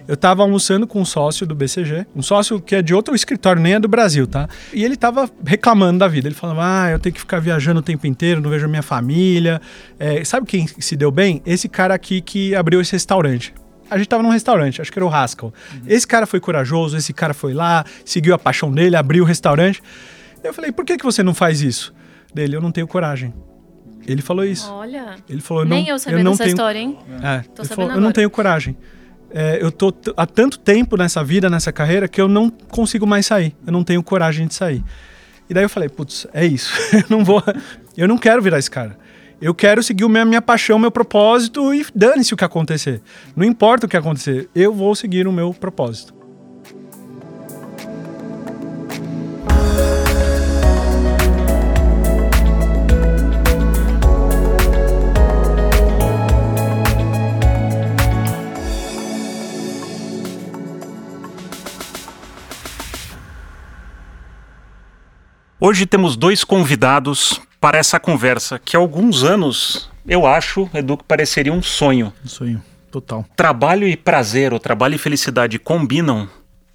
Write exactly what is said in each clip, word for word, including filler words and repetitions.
Eu tava almoçando com um sócio do B C G, um sócio que é de outro escritório, nem é do Brasil, tá? E ele tava reclamando da vida. Ele falava, ah, eu tenho que ficar viajando o tempo inteiro, não vejo a minha família. É, sabe quem se deu bem? Esse cara aqui que abriu esse restaurante. A gente tava num restaurante, acho que era o Haskell. Uhum. Esse cara foi corajoso, esse cara foi lá, seguiu a paixão dele, abriu o restaurante. Eu falei, por que, que você não faz isso? Dele, eu não tenho coragem. Ele falou isso. Olha, ele falou, nem não, eu sabia eu não dessa tenho... história, hein? É, Tô ele sabendo falou, agora. eu não tenho coragem. É, eu tô t- há tanto tempo nessa vida, nessa carreira, que eu não consigo mais sair. Eu não tenho coragem de sair. E daí eu falei, putz, é isso. eu não vou, eu não quero virar esse cara. Eu quero seguir a minha, minha paixão, meu propósito e dane-se o que acontecer. Não importa o que acontecer, eu vou seguir o meu propósito. Hoje temos dois convidados para essa conversa que há alguns anos, eu acho, Edu, que pareceria um sonho. Um sonho, total. Trabalho e prazer, ou trabalho e felicidade combinam?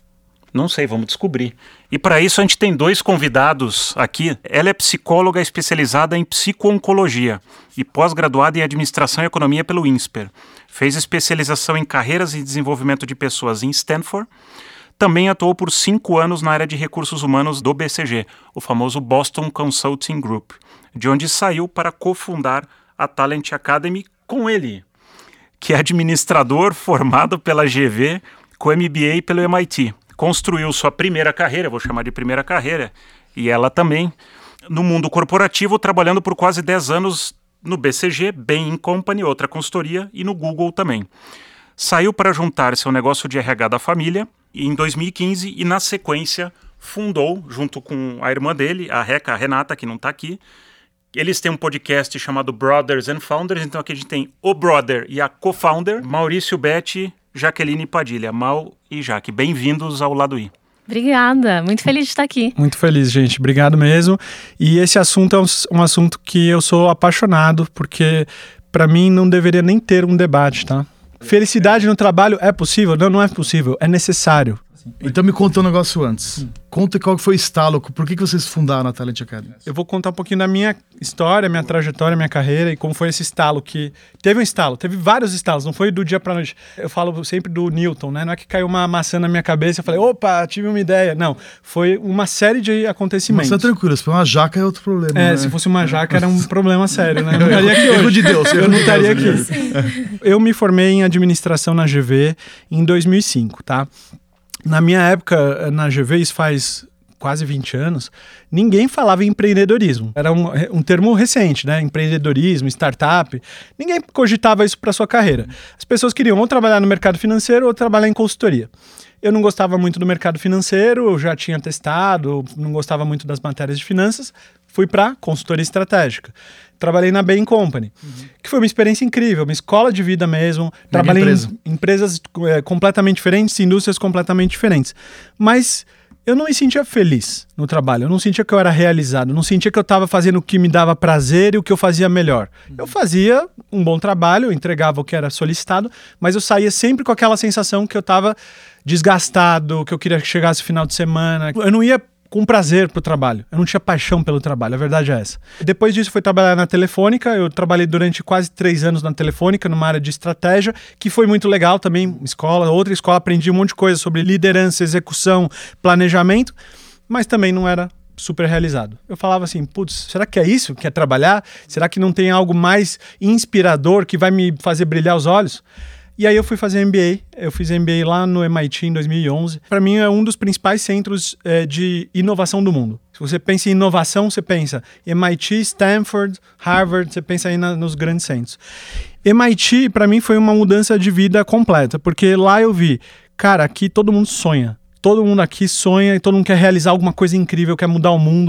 Não sei, vamos descobrir. E para isso a gente tem dois convidados aqui. Ela é psicóloga especializada em psico-oncologia e pós-graduada em administração e economia pelo INSPER. Fez especialização em carreiras e desenvolvimento de pessoas em Stanford. Também atuou por cinco anos na área de recursos humanos do B C G, o famoso Boston Consulting Group, de onde saiu para cofundar a Talent Academy com ele, que é administrador formado pela G V com M B A pelo M I T. Construiu sua primeira carreira, vou chamar de primeira carreira, e ela também, no mundo corporativo, trabalhando por quase dez anos no B C G, Bain Company, outra consultoria, e no Google também. Saiu para juntar seu negócio de R H da família em dois mil e quinze e, na sequência, fundou, junto com a irmã dele, a Reca, a Renata, que não está aqui. Eles têm um podcast chamado Brothers and Founders, então aqui a gente tem o brother e a co-founder, Maurício Betti, Jaqueline Padilha. Mau e Jaque, bem-vindos ao Lado I. Obrigada, muito feliz de estar aqui. Muito feliz, gente. Obrigado mesmo. E esse assunto é um, um assunto que eu sou apaixonado, porque para mim não deveria nem ter um debate, tá? Felicidade no trabalho é possível? Não, não é possível. É necessário. Então me conta um negócio antes. Hum. Conta qual foi o estalo, por que, que vocês fundaram a Talent Academy? Eu vou contar um pouquinho da minha história, minha trajetória, minha carreira e como foi esse estalo que... Teve um estalo, teve vários estalos, não foi do dia pra noite. Eu falo sempre do Newton, né? Não é que caiu uma maçã na minha cabeça e eu falei, opa, tive uma ideia. Não, foi uma série de acontecimentos. Maçã tranquila, se for uma jaca é outro problema. É, né? Se fosse uma jaca era um problema sério, né? Eu não estaria aqui hoje. Erro de Deus. Eu não estaria aqui. Sim. Eu me formei em administração na G V em dois mil e cinco, tá? Na minha época, na G V, isso faz quase vinte anos, ninguém falava em empreendedorismo. Era um, um termo recente, né? Empreendedorismo, startup. Ninguém cogitava isso para sua carreira. As pessoas queriam ou trabalhar no mercado financeiro ou trabalhar em consultoria. Eu não gostava muito do mercado financeiro, eu já tinha testado, não gostava muito das matérias de finanças, fui para consultoria estratégica. Trabalhei na Bain Company, uhum. que foi uma experiência incrível, uma escola de vida mesmo. Mega Trabalhei empresa. em empresas é, completamente diferentes, indústrias completamente diferentes. Mas eu não me sentia feliz no trabalho, eu não sentia que eu era realizado, eu não sentia que eu estava fazendo o que me dava prazer e o que eu fazia melhor. Uhum. Eu fazia um bom trabalho, eu entregava o que era solicitado, mas eu saía sempre com aquela sensação que eu estava desgastado, que eu queria que chegasse o final de semana. Eu não ia com prazer pro trabalho. Eu não tinha paixão pelo trabalho, a verdade é essa. Depois disso, fui trabalhar na Telefônica. Eu trabalhei durante quase três anos na Telefônica, numa área de estratégia, que foi muito legal também. Escola, outra escola, aprendi um monte de coisa sobre liderança, execução, planejamento, mas também não era super realizado. Eu falava assim, putz, será que é isso que é trabalhar? Será que não tem algo mais inspirador que vai me fazer brilhar os olhos? E aí eu fui fazer M B A, eu fiz M B A lá no M I T em dois mil e onze. Para mim é um dos principais centros é, de inovação do mundo. Se você pensa em inovação, você pensa M I T, Stanford, Harvard, você pensa aí na, nos grandes centros. M I T, para mim, foi uma mudança de vida completa, porque lá eu vi, cara, aqui todo mundo sonha. Todo mundo aqui sonha e todo mundo quer realizar alguma coisa incrível, quer mudar o mundo.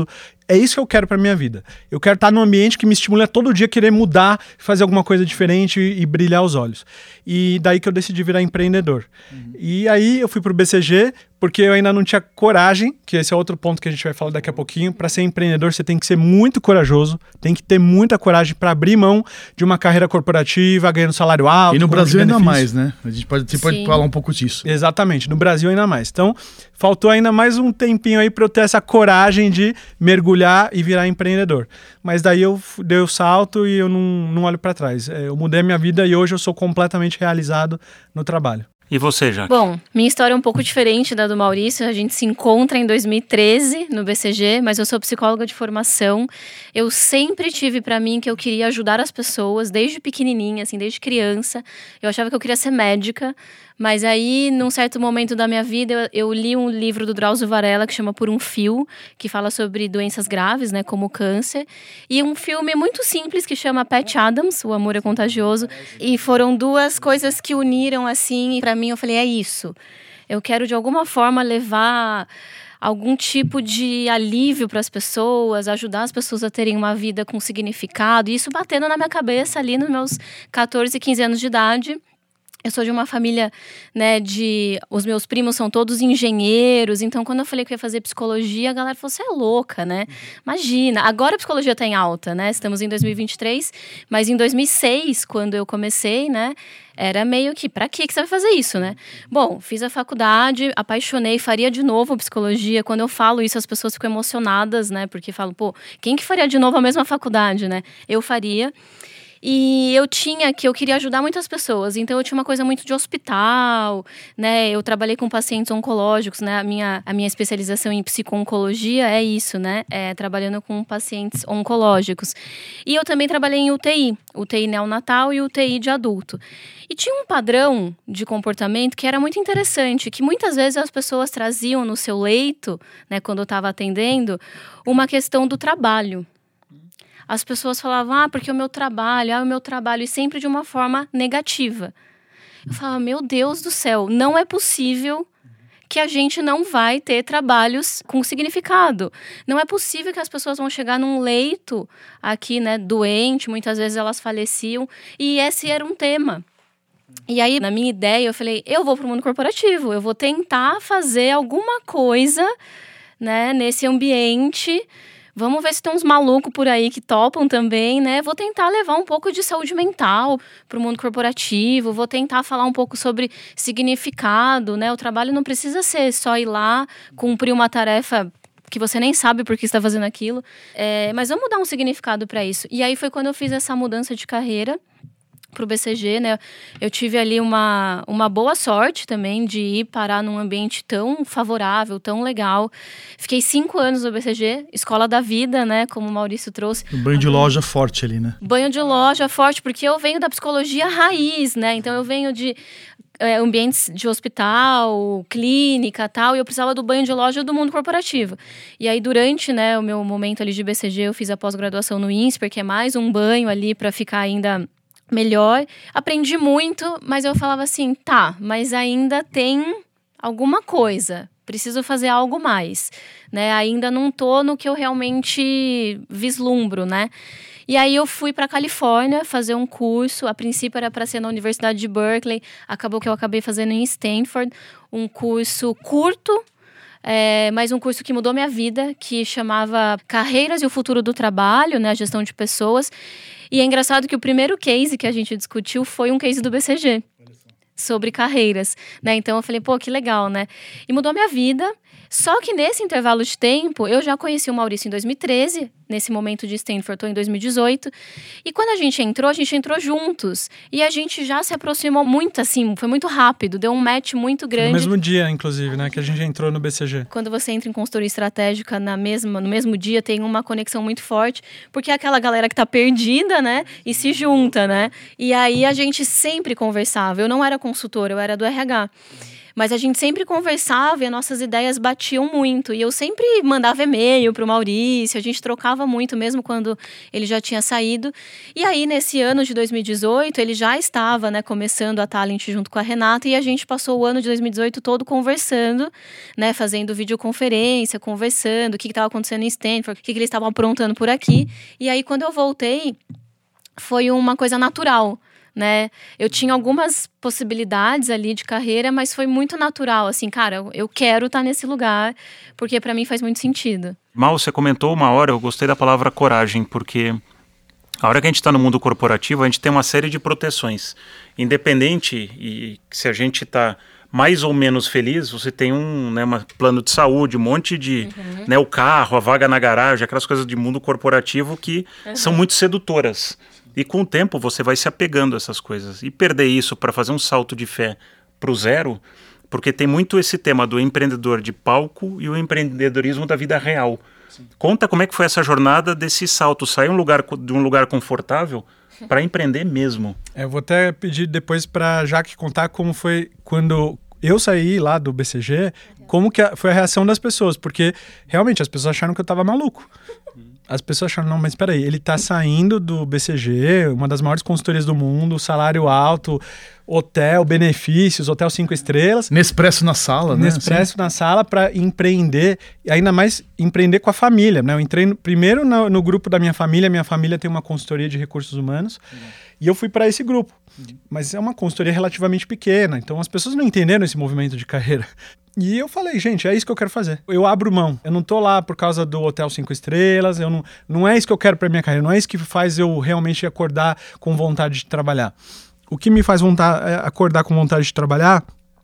é isso que eu quero para minha vida. Eu quero estar num ambiente que me estimule a todo dia querer mudar, fazer alguma coisa diferente e, e brilhar os olhos. E daí que eu decidi virar empreendedor. Uhum. E aí eu fui pro B C G, porque eu ainda não tinha coragem, que esse é outro ponto que a gente vai falar daqui a pouquinho. Para ser empreendedor, você tem que ser muito corajoso, tem que ter muita coragem para abrir mão de uma carreira corporativa, ganhando salário alto. E no Brasil ainda mais, né? A gente pode, você Sim. pode falar um pouco disso. Exatamente, no Brasil ainda mais. Então, faltou ainda mais um tempinho aí para eu ter essa coragem de mergulhar e virar empreendedor. Mas daí eu dei o salto e eu não, não olho para trás. Eu mudei a minha vida e hoje eu sou completamente realizado no trabalho. E você, Jaque? Bom, minha história é um pouco diferente da do Maurício. A gente se encontra em dois mil e treze no B C G, mas eu sou psicóloga de formação. Eu sempre tive para mim que eu queria ajudar as pessoas, desde pequenininha, assim, desde criança. Eu achava que eu queria ser médica, mas aí, num certo momento da minha vida, eu, eu li um livro do Drauzio Varela que chama Por um Fio, que fala sobre doenças graves, né, como o câncer. E um filme muito simples que chama Patch Adams, O Amor é Contagioso. E foram duas coisas que uniram, assim, e pra mim eu falei, é isso. Eu quero, de alguma forma, levar algum tipo de alívio para as pessoas, ajudar as pessoas a terem uma vida com significado. E isso batendo na minha cabeça ali nos meus catorze, quinze anos de idade. Eu sou de uma família, né, de... Os meus primos são todos engenheiros, então quando eu falei que eu ia fazer psicologia, a galera falou, você é louca, né? Imagina, agora a psicologia está em alta, né? Estamos em dois mil e vinte e três, mas em dois mil e seis, quando eu comecei, né, era meio que, pra que você vai fazer isso, né? Bom, fiz a faculdade, apaixonei, faria de novo psicologia. Quando eu falo isso, as pessoas ficam emocionadas, né? Porque falam, pô, quem que faria de novo a mesma faculdade, né? Eu faria. E eu tinha que eu queria ajudar muitas pessoas, então eu tinha uma coisa muito de hospital, né? Eu trabalhei com pacientes oncológicos, né? A minha, a minha especialização em psico-oncologia é isso, né? É trabalhando com pacientes oncológicos. E eu também trabalhei em U T I, U T I neonatal e U T I de adulto. E tinha um padrão de comportamento que era muito interessante, que muitas vezes as pessoas traziam no seu leito, né? Quando eu estava atendendo, uma questão do trabalho. As pessoas falavam, ah, porque o meu trabalho, ah, o meu trabalho, e sempre de uma forma negativa. Eu falava, meu Deus do céu, não é possível que a gente não vai ter trabalhos com significado. Não é possível que as pessoas vão chegar num leito aqui, né, doente, muitas vezes elas faleciam, e esse era um tema. E aí, na minha ideia, eu falei, eu vou para o mundo corporativo, eu vou tentar fazer alguma coisa, né, nesse ambiente. Vamos ver se tem uns malucos por aí que topam também, né? Vou tentar levar um pouco de saúde mental para o mundo corporativo, vou tentar falar um pouco sobre significado, né? O trabalho não precisa ser só ir lá, cumprir uma tarefa que você nem sabe por que está fazendo aquilo, é, mas vamos dar um significado para isso. E aí foi quando eu fiz essa mudança de carreira para o B C G, né? Eu tive ali uma, uma boa sorte também de ir parar num ambiente tão favorável, tão legal. Fiquei cinco anos no B C G, escola da vida, né? Como o Maurício trouxe. Um banho de loja forte ali, né? Banho de loja forte, porque eu venho da psicologia raiz, né? Então eu venho de é, ambientes de hospital, clínica, tal, e eu precisava do banho de loja do mundo corporativo. E aí durante, né, o meu momento ali de B C G, eu fiz a pós-graduação no INSPER, que é mais um banho ali para ficar ainda melhor. Aprendi muito, mas eu falava assim, tá, mas ainda tem alguma coisa, preciso fazer algo mais, né? Ainda não tô no que eu realmente vislumbro, né? E aí eu fui para Califórnia fazer um curso, a princípio era para ser na Universidade de Berkeley, acabou que eu acabei fazendo em Stanford, um curso curto, É, mas um curso que mudou minha vida, que chamava Carreiras e o Futuro do Trabalho, né, a gestão de pessoas. E é engraçado que o primeiro case que a gente discutiu foi um case do B C G, sobre carreiras, né? Então eu falei, pô, que legal, né? E mudou minha vida. Só que nesse intervalo de tempo, eu já conheci o Maurício em dois mil e treze, nesse momento de Stanford, estou em dois mil e dezoito. E quando a gente entrou, a gente entrou juntos. E a gente já se aproximou muito, assim, foi muito rápido, deu um match muito grande. No mesmo dia, inclusive, né, que a gente entrou no B C G. Quando você entra em consultoria estratégica na mesma, no mesmo dia, tem uma conexão muito forte, porque é aquela galera que tá perdida, né, e se junta, né? E aí a gente sempre conversava. Eu não era consultora, eu era do R H. Mas a gente sempre conversava e as nossas ideias batiam muito. E eu sempre mandava e-mail pro Maurício, a gente trocava muito, mesmo quando ele já tinha saído. E aí, nesse ano de dois mil e dezoito, ele já estava, né, começando a Talent junto com a Renata, e a gente passou o ano de dois mil e dezoito todo conversando, né, fazendo videoconferência, conversando, o que estava acontecendo em Stanford, o que, que eles estavam aprontando por aqui. E aí, quando eu voltei, foi uma coisa natural, né? Eu tinha algumas possibilidades ali de carreira, mas foi muito natural, assim, cara, eu quero estar nesse lugar, porque para mim faz muito sentido. Mal, você comentou uma hora, eu gostei da palavra coragem, porque a hora que a gente está no mundo corporativo, a gente tem uma série de proteções. Independente, e se a gente está mais ou menos feliz, você tem um, né, um plano de saúde, um monte de... Uhum. Né, o carro, a vaga na garagem, aquelas coisas de mundo corporativo que uhum. são muito sedutoras. E com o tempo você vai se apegando a essas coisas. E perder isso para fazer um salto de fé para o zero, porque tem muito esse tema do empreendedor de palco e o empreendedorismo da vida real. Sim. Conta como é que foi essa jornada desse salto, sair um lugar, de um lugar confortável para empreender mesmo. Eu vou até pedir depois para Jaque contar como foi quando eu saí lá do B C G, como que foi a reação das pessoas, porque realmente as pessoas acharam que eu estava maluco. As pessoas acharam, não, mas espera aí, ele está saindo do B C G, uma das maiores consultorias do mundo, salário alto, hotel, benefícios, hotel cinco estrelas. Nespresso na sala, né? Nespresso assim. na sala para empreender, e ainda mais empreender com a família, né? Eu entrei no, primeiro no, no grupo da minha família, minha família tem uma consultoria de recursos humanos, uhum. e eu fui para esse grupo. Uhum. Mas é uma consultoria relativamente pequena, então as pessoas não entenderam esse movimento de carreira. E eu falei, gente, é isso que eu quero fazer. Eu abro mão. Eu não tô lá por causa do hotel cinco estrelas, eu não, não é isso que eu quero para minha carreira, não é isso que faz eu realmente acordar com vontade de trabalhar. O que me faz vontade, acordar com vontade de trabalhar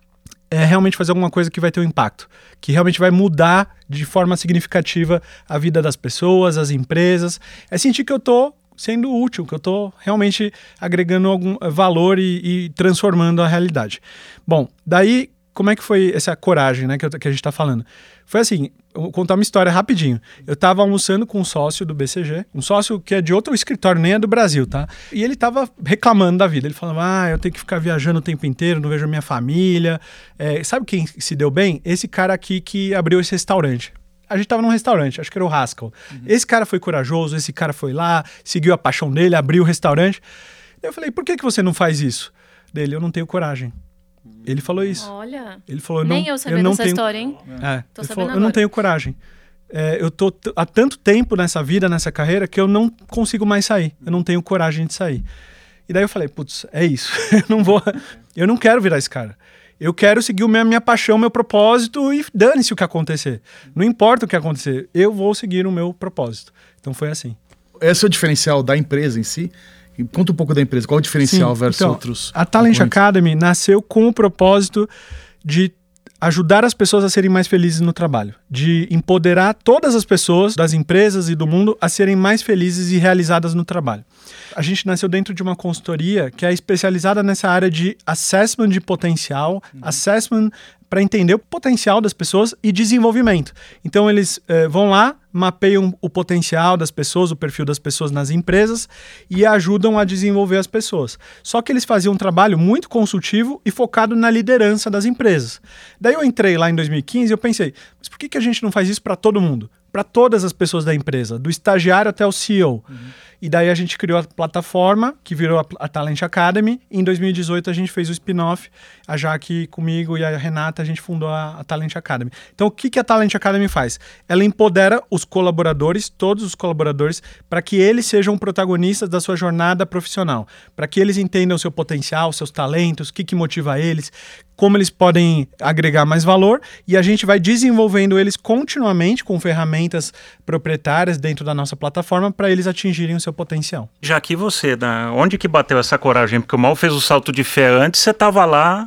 é realmente fazer alguma coisa que vai ter um impacto, que realmente vai mudar de forma significativa a vida das pessoas, as empresas. É sentir que eu tô sendo útil, que eu tô realmente agregando algum valor e, e transformando a realidade. Bom, daí... Como é que foi essa coragem, né, que, eu, que a gente está falando? Foi assim, eu vou contar uma história rapidinho. Eu estava almoçando com um sócio do B C G, um sócio que é de outro escritório, nem é do Brasil, tá? E ele estava reclamando da vida. Ele falava, ah, eu tenho que ficar viajando o tempo inteiro, não vejo a minha família. É, sabe quem se deu bem? Esse cara aqui que abriu esse restaurante. A gente estava num restaurante, acho que era o Haskell. Uhum. Esse cara foi corajoso, esse cara foi lá, seguiu a paixão dele, abriu o restaurante. Eu falei, por que, que você não faz isso? Dele, eu não tenho coragem. Ele falou isso. Olha, ele falou, nem não, eu sabia eu não dessa tenho... história, hein? É, Tô ele sabendo falou, agora. Eu não tenho coragem. É, eu tô t- há tanto tempo nessa vida, nessa carreira, que eu não consigo mais sair. Eu não tenho coragem de sair. E daí eu falei, putz, é isso. eu não vou, eu não quero virar esse cara. Eu quero seguir a minha, minha paixão, meu propósito e dane-se o que acontecer. Não importa o que acontecer, eu vou seguir o meu propósito. Então foi assim. Esse é o diferencial da empresa em si? Conta um pouco da empresa, qual é o diferencial Sim, versus então, outros? A Talent Academy nasceu com o propósito de ajudar as pessoas a serem mais felizes no trabalho, de empoderar todas as pessoas das empresas e do mundo a serem mais felizes e realizadas no trabalho. A gente nasceu dentro de uma consultoria que é especializada nessa área de assessment de potencial, uhum. assessment para entender o potencial das pessoas e desenvolvimento. Então eles eh, vão lá, mapeiam o potencial das pessoas, o perfil das pessoas nas empresas e ajudam a desenvolver as pessoas. Só que eles faziam um trabalho muito consultivo e focado na liderança das empresas. Daí eu entrei lá em dois mil e quinze e eu pensei, mas por que, que a gente não faz isso para todo mundo? Para todas as pessoas da empresa, do estagiário até o C E O. Uhum. E daí a gente criou a plataforma, que virou a, a Talent Academy. Em dois mil e dezoito a gente fez o spin-off. A Jaque comigo e a Renata, a gente fundou a, a Talent Academy. Então o que, que a Talent Academy faz? Ela empodera os colaboradores, todos os colaboradores, para que eles sejam protagonistas da sua jornada profissional. Para que eles entendam o seu potencial, seus talentos, o que, que motiva eles, como eles podem agregar mais valor. E a gente vai desenvolvendo eles continuamente com ferramentas proprietárias dentro da nossa plataforma para eles atingirem o seu potencial. Já que você, né, onde que bateu essa coragem? Porque o Mal fez o salto de fé antes, você estava lá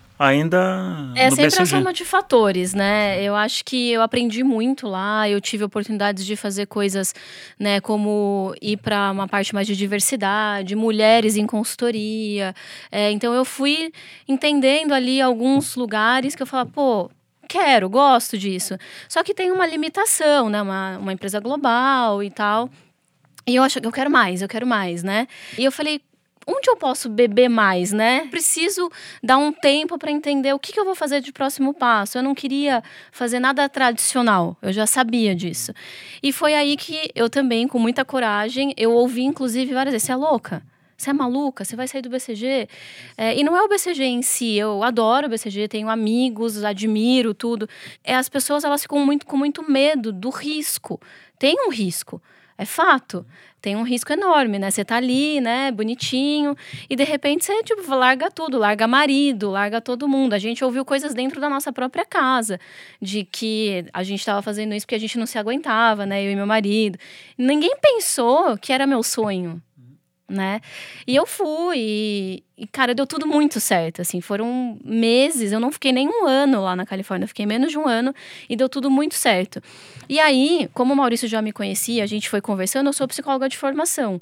ainda É no sempre B C G. a soma de fatores, né? Eu acho que eu aprendi muito lá, eu tive oportunidades de fazer coisas, né, como ir para uma parte mais de diversidade, mulheres em consultoria. É, então eu fui entendendo ali alguns lugares que eu falava, pô, quero, gosto disso. Só que tem uma limitação, né? Uma, uma empresa global e tal. E eu acho que eu quero mais, eu quero mais, né? E eu falei, onde eu posso beber mais, né? Preciso dar um tempo para entender o que, que eu vou fazer de próximo passo. Eu não queria fazer nada tradicional, eu já sabia disso. E foi aí que eu também, com muita coragem, eu ouvi, inclusive, várias vezes, você é louca? Você é maluca? Você vai sair do B C G? É, e não é o B C G em si. Eu adoro o B C G, tenho amigos, admiro tudo. É, as pessoas, elas ficam muito, com muito medo do risco. Tem um risco, é fato. Tem um risco enorme, né? Você tá ali, né, bonitinho, e de repente você, tipo, larga tudo, larga marido, larga todo mundo. A gente ouviu coisas dentro da nossa própria casa, de que a gente tava fazendo isso porque a gente não se aguentava, né? Eu e meu marido. Ninguém pensou que era meu sonho. Né? E eu fui e, e, cara, deu tudo muito certo, assim, foram meses, eu não fiquei nem um ano lá na Califórnia, eu fiquei menos de um ano e deu tudo muito certo. E aí, como o Maurício já me conhecia, a gente foi conversando, eu sou psicóloga de formação.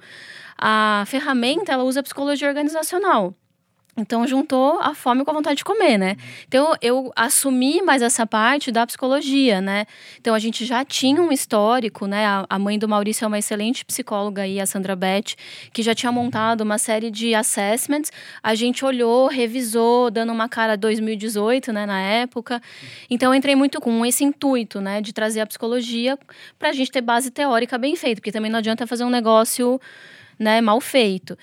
A ferramenta, ela usa psicologia organizacional. Então, juntou a fome com a vontade de comer, né? Então, eu assumi mais essa parte da psicologia, né? Então, a gente já tinha um histórico, né? A, a mãe do Maurício é uma excelente psicóloga aí, a Sandra Beth, que já tinha montado uma série de assessments. A gente olhou, revisou, dando uma cara dois mil e dezoito, né? Na época. Então, eu entrei muito com esse intuito, né? De trazer a psicologia pra gente ter base teórica bem feita, porque também não adianta fazer um negócio, né? Mal feito.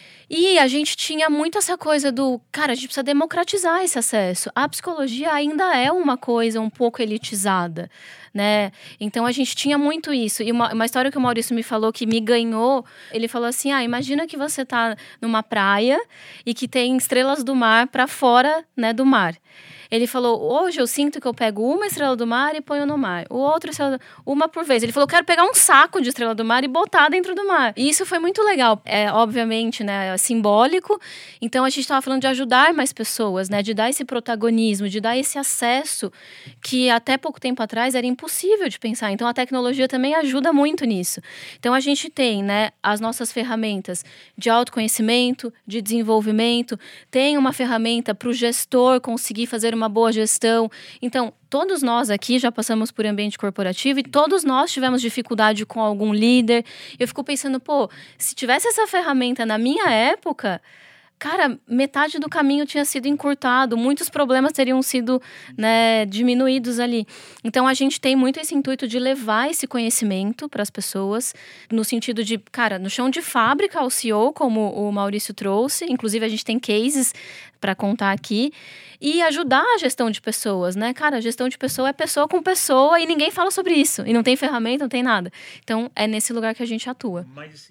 E a gente tinha muito essa coisa do, cara, a gente precisa democratizar esse acesso. A psicologia ainda é uma coisa um pouco elitizada, né? Então a gente tinha muito isso. E uma, uma história que o Maurício me falou que me ganhou, ele falou assim, ah, imagina que você tá numa praia e que tem estrelas do mar para fora, né, do mar. Ele falou, hoje eu sinto que eu pego uma estrela do mar e ponho no mar. O outro, estrela, uma por vez. Ele falou, eu quero pegar um saco de estrela do mar e botar dentro do mar. E isso foi muito legal. É, obviamente, né, simbólico. Então, a gente estava falando de ajudar mais pessoas, né? De dar esse protagonismo, de dar esse acesso que até pouco tempo atrás era impossível de pensar. Então, a tecnologia também ajuda muito nisso. Então, a gente tem, né, as nossas ferramentas de autoconhecimento, de desenvolvimento. Tem uma ferramenta para o gestor conseguir fazer uma boa gestão. Então, todos nós aqui já passamos por ambiente corporativo e todos nós tivemos dificuldade com algum líder. Eu fico pensando, pô, se tivesse essa ferramenta na minha época, cara, metade do caminho tinha sido encurtado, muitos problemas teriam sido, né, diminuídos ali. Então, a gente tem muito esse intuito de levar esse conhecimento para as pessoas, no sentido de, cara, no chão de fábrica, o C E O, como o Maurício trouxe, inclusive a gente tem cases para contar aqui, e ajudar a gestão de pessoas, né? Cara, a gestão de pessoa é pessoa com pessoa e ninguém fala sobre isso, e não tem ferramenta, não tem nada. Então, é nesse lugar que a gente atua. Mas, assim...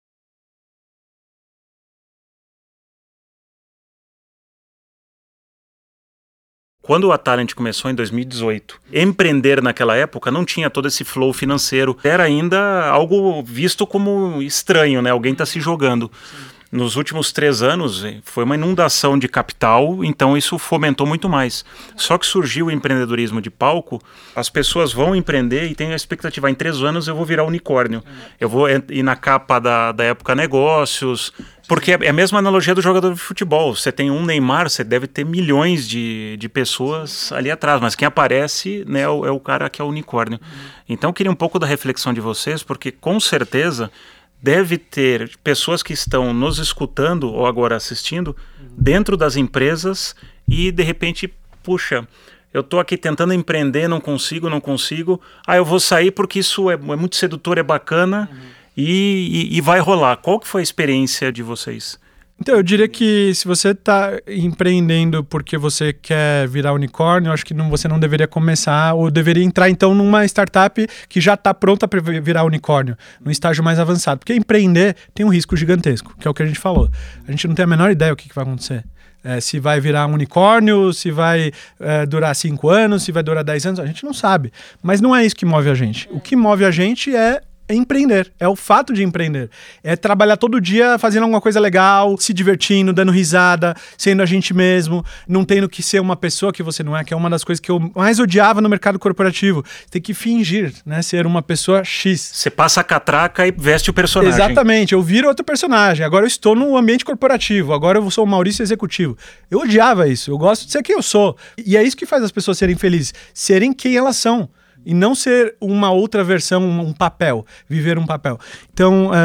Quando a Talent começou em dois mil e dezoito, empreender naquela época não tinha todo esse flow financeiro. Era ainda algo visto como estranho, né? Alguém está se jogando. Sim. Nos últimos três anos, foi uma inundação de capital, então isso fomentou muito mais. Só que surgiu o empreendedorismo de palco, as pessoas vão empreender e têm a expectativa, em três anos eu vou virar unicórnio. Eu vou ir na capa da, da Época Negócios, porque é a mesma analogia do jogador de futebol. Você tem um Neymar, você deve ter milhões de, de pessoas ali atrás, mas quem aparece, né, é, o, é o cara que é o unicórnio. Então eu queria um pouco da reflexão de vocês, porque com certeza deve ter pessoas que estão nos escutando ou agora assistindo dentro das empresas e de repente, puxa, eu estou aqui tentando empreender, não consigo, não consigo, ah, eu vou sair porque isso é, é muito sedutor, é bacana, uhum. e, e, e vai rolar. Qual que foi a experiência de vocês? Então, eu diria que se você está empreendendo porque você quer virar unicórnio, eu acho que não, você não deveria começar, ou deveria entrar, então, numa startup que já está pronta para virar unicórnio, no estágio mais avançado. Porque empreender tem um risco gigantesco, que é o que a gente falou. A gente não tem a menor ideia o que, que vai acontecer. É, se vai virar um unicórnio, se vai é, durar cinco anos, se vai durar dez anos, a gente não sabe. Mas não é isso que move a gente. O que move a gente é É empreender, é o fato de empreender. É trabalhar todo dia fazendo alguma coisa legal, se divertindo, dando risada, sendo a gente mesmo, não tendo que ser uma pessoa que você não é, que é uma das coisas que eu mais odiava no mercado corporativo. Tem que fingir, né, ser uma pessoa X. Você passa a catraca e veste o personagem. Exatamente, eu viro outro personagem. Agora eu estou no ambiente corporativo, agora eu sou o Maurício executivo. Eu odiava isso, eu gosto de ser quem eu sou. E é isso que faz as pessoas serem felizes, serem quem elas são. E não ser uma outra versão, um papel, viver um papel. Então, uh,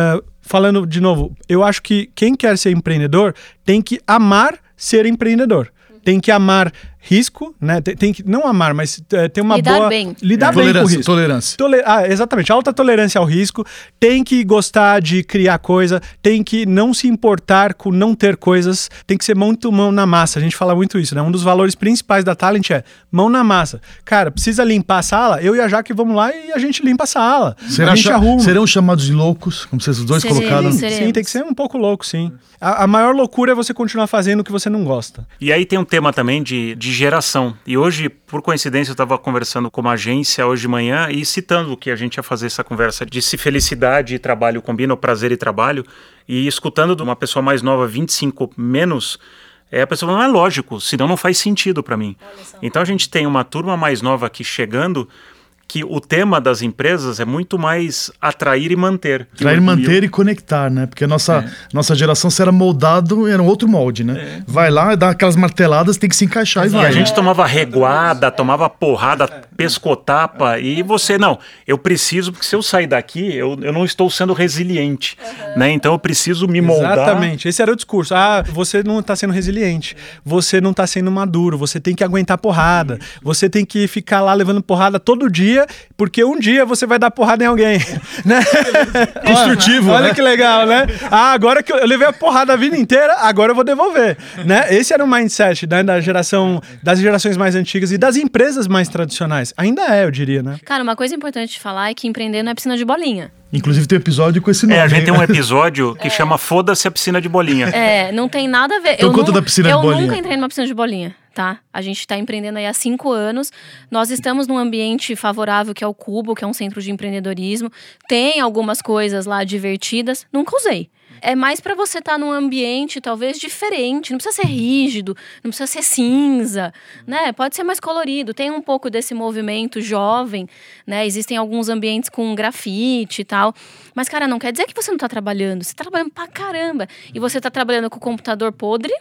falando de novo, eu acho que quem quer ser empreendedor tem que amar ser empreendedor. Tem que amar risco, né? Tem, tem que não amar, mas é, ter uma lidar boa... Bem. Lidar é. bem Tolerância, com o risco. Tolerância. Tole... Ah, exatamente. Alta tolerância ao risco. Tem que gostar de criar coisa. Tem que não se importar com não ter coisas. Tem que ser muito mão na massa. A gente fala muito isso, né? Um dos valores principais da Talent é mão na massa. Cara, precisa limpar a sala? Eu e a Jaque vamos lá e a gente limpa a sala. Será a gente cha- arruma. Serão chamados de loucos, como vocês os dois Seremos, colocaram? seremos. Sim, tem que ser um pouco louco, sim. A, a maior loucura é você continuar fazendo o que você não gosta. E aí tem um tema também de, de geração. E hoje, por coincidência, eu estava conversando com uma agência hoje de manhã e citando que a gente ia fazer essa conversa de se felicidade e trabalho combinam, prazer e trabalho, e escutando de uma pessoa mais nova, vinte e cinco menos, é, a pessoa não é lógico, senão não faz sentido para mim. Então a gente tem uma turma mais nova aqui chegando, que o tema das empresas é muito mais atrair e manter. Atrair, manter e conectar, né? Porque a nossa, é. nossa geração, se era moldado, era um outro molde, né? É. Vai lá, dá aquelas marteladas, tem que se encaixar e, e vai. A gente tomava reguada, tomava porrada, pescotapa, e você, não, eu preciso, porque se eu sair daqui, eu, eu não estou sendo resiliente, uhum. né? Então eu preciso me moldar. Exatamente, esse era o discurso. Ah, você não está sendo resiliente, você não está sendo maduro, você tem que aguentar porrada, você tem que ficar lá levando porrada todo dia, porque um dia você vai dar porrada em alguém, né? Construtivo, Olha né? que legal, né? Ah, agora que eu levei a porrada a vida inteira, agora eu vou devolver, né? Esse era o mindset, né, da geração, das gerações mais antigas e das empresas mais tradicionais. Ainda é, eu diria, né? Cara, uma coisa importante de falar é que empreender não é piscina de bolinha. Inclusive tem um episódio com esse nome. É, a gente tem um episódio que é. chama Foda-se a piscina de bolinha. É, não tem nada a ver. Então eu conta nu- da piscina eu de bolinha. nunca entrei numa piscina de bolinha, tá? A gente tá empreendendo aí há cinco anos. Nós estamos num ambiente favorável que é o Cubo, que é um centro de empreendedorismo. Tem algumas coisas lá divertidas. Nunca usei. É mais para você estar tá num ambiente talvez diferente, não precisa ser rígido, não precisa ser cinza, né? Pode ser mais colorido, tem um pouco desse movimento jovem, né? Existem alguns ambientes com grafite e tal, mas cara, não quer dizer que você não tá trabalhando, você tá trabalhando pra caramba, e você tá trabalhando com o computador podre,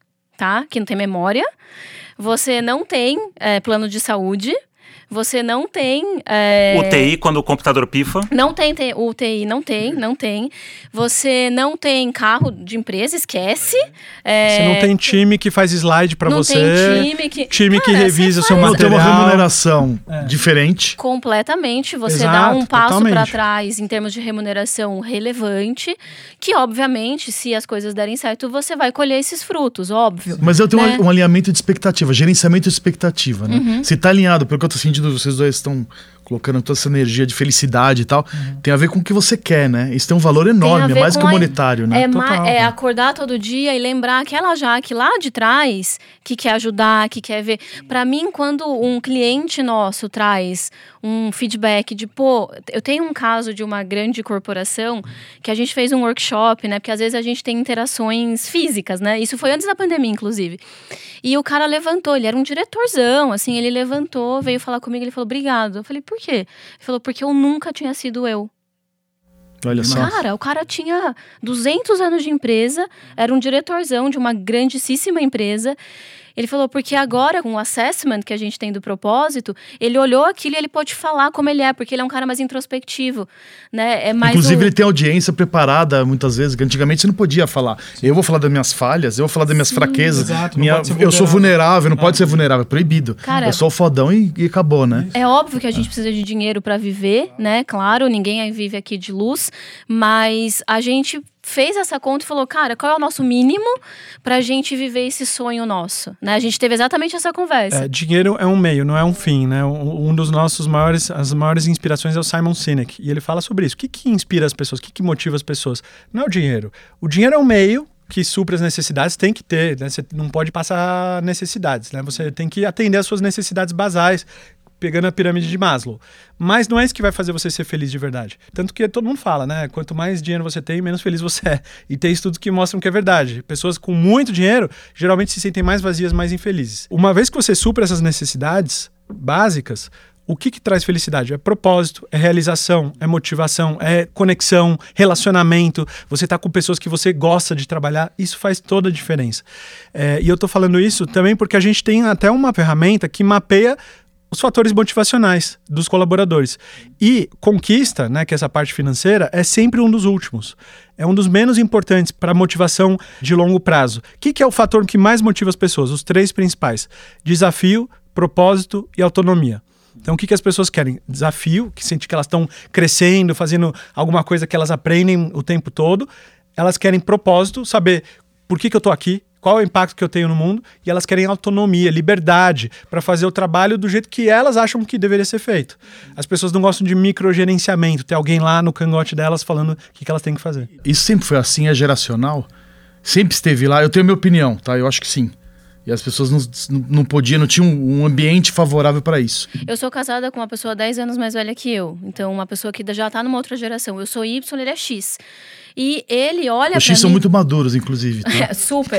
tá? Que não tem memória, você não tem é, plano de saúde, você não tem... É... U T I quando o computador pifa? Não tem, tem U T I, não tem, não tem. Você não tem carro de empresa, esquece. É... Você não tem time que faz slide pra não você. Não tem time que... Time Cara, que revisa o seu Não material. tem uma remuneração é. diferente. Completamente. Você Exato, dá um passo totalmente. para trás em termos de remuneração relevante, que obviamente, se as coisas derem certo, você vai colher esses frutos, óbvio. Mas eu tenho né? um, um alinhamento de expectativa, gerenciamento de expectativa, né? Uhum. Se tá alinhado, pelo que eu tô sentindo, vocês dois estão colocando toda essa energia de felicidade e tal, uhum. tem a ver com o que você quer, né? Isso tem um valor enorme, é mais que o monetário, né? É, Total, ma- é né? acordar todo dia e lembrar aquela Jaque lá de trás que quer ajudar, que quer ver. Pra mim, quando um cliente nosso traz um feedback de, pô, eu tenho um caso de uma grande corporação que a gente fez um workshop, né? Porque às vezes a gente tem interações físicas, né? Isso foi antes da pandemia, inclusive. E o cara levantou, ele era um diretorzão, assim, ele levantou, veio falar comigo, ele falou, obrigado. Eu falei, por quê? Ele falou, porque eu nunca tinha sido eu. Olha só. Cara, o cara tinha duzentos anos de empresa, era um diretorzão de uma grandíssima empresa. Ele falou, porque agora, com o assessment que a gente tem do propósito, ele olhou aquilo e ele pode falar como ele é, porque ele é um cara mais introspectivo, né? É mais Inclusive, o... ele tem audiência preparada, muitas vezes, que antigamente você não podia falar. Eu vou falar das minhas falhas, eu vou falar das minhas Sim, fraquezas. Exato, minha, eu sou vulnerável, não ah, pode ser vulnerável, é proibido. Cara, eu sou o fodão e, e acabou, né? É óbvio que a gente precisa de dinheiro para viver, né? Claro, ninguém vive aqui de luz, mas a gente fez essa conta e falou, cara, qual é o nosso mínimo pra gente viver esse sonho nosso, né? A gente teve exatamente essa conversa. É, dinheiro é um meio, não é um fim, né? Um, um dos nossos maiores, as maiores inspirações é o Simon Sinek, e ele fala sobre isso. O que que inspira as pessoas? O que que motiva as pessoas? Não é o dinheiro. O dinheiro é um meio que supra as necessidades, tem que ter, né? Você não pode passar necessidades, né? Você tem que atender às suas necessidades basais, pegando a pirâmide de Maslow. Mas não é isso que vai fazer você ser feliz de verdade. Tanto que todo mundo fala, né? Quanto mais dinheiro você tem, menos feliz você é. E tem estudos que mostram que é verdade. Pessoas com muito dinheiro geralmente se sentem mais vazias, mais infelizes. Uma vez que você supra essas necessidades básicas, o que que traz felicidade? É propósito, é realização, é motivação, é conexão, relacionamento. Você tá com pessoas que você gosta de trabalhar. Isso faz toda a diferença. É, e eu tô falando isso também porque a gente tem até uma ferramenta que mapeia os fatores motivacionais dos colaboradores. E conquista, né, que é essa parte financeira, é sempre um dos últimos. É um dos menos importantes para a motivação de longo prazo. O que, que é o fator que mais motiva as pessoas? Os três principais: desafio, propósito e autonomia. Então, o que, que as pessoas querem? Desafio, que sente que elas estão crescendo, fazendo alguma coisa que elas aprendem o tempo todo. Elas querem propósito, saber por que, que eu estou aqui, qual é o impacto que eu tenho no mundo, e elas querem autonomia, liberdade para fazer o trabalho do jeito que elas acham que deveria ser feito. As pessoas não gostam de microgerenciamento, ter alguém lá no cangote delas falando o que, que elas têm que fazer. Isso sempre foi assim, é geracional? Sempre esteve lá? Eu tenho a minha opinião, tá? Eu acho que sim. E as pessoas não, não podiam, não tinham um ambiente favorável para isso. Eu sou casada com uma pessoa dez anos mais velha que eu. Então, uma pessoa que já tá numa outra geração. Eu sou Y, ele é X. E ele olha pra mim... Os X são muito maduros, inclusive. Tá? É, super.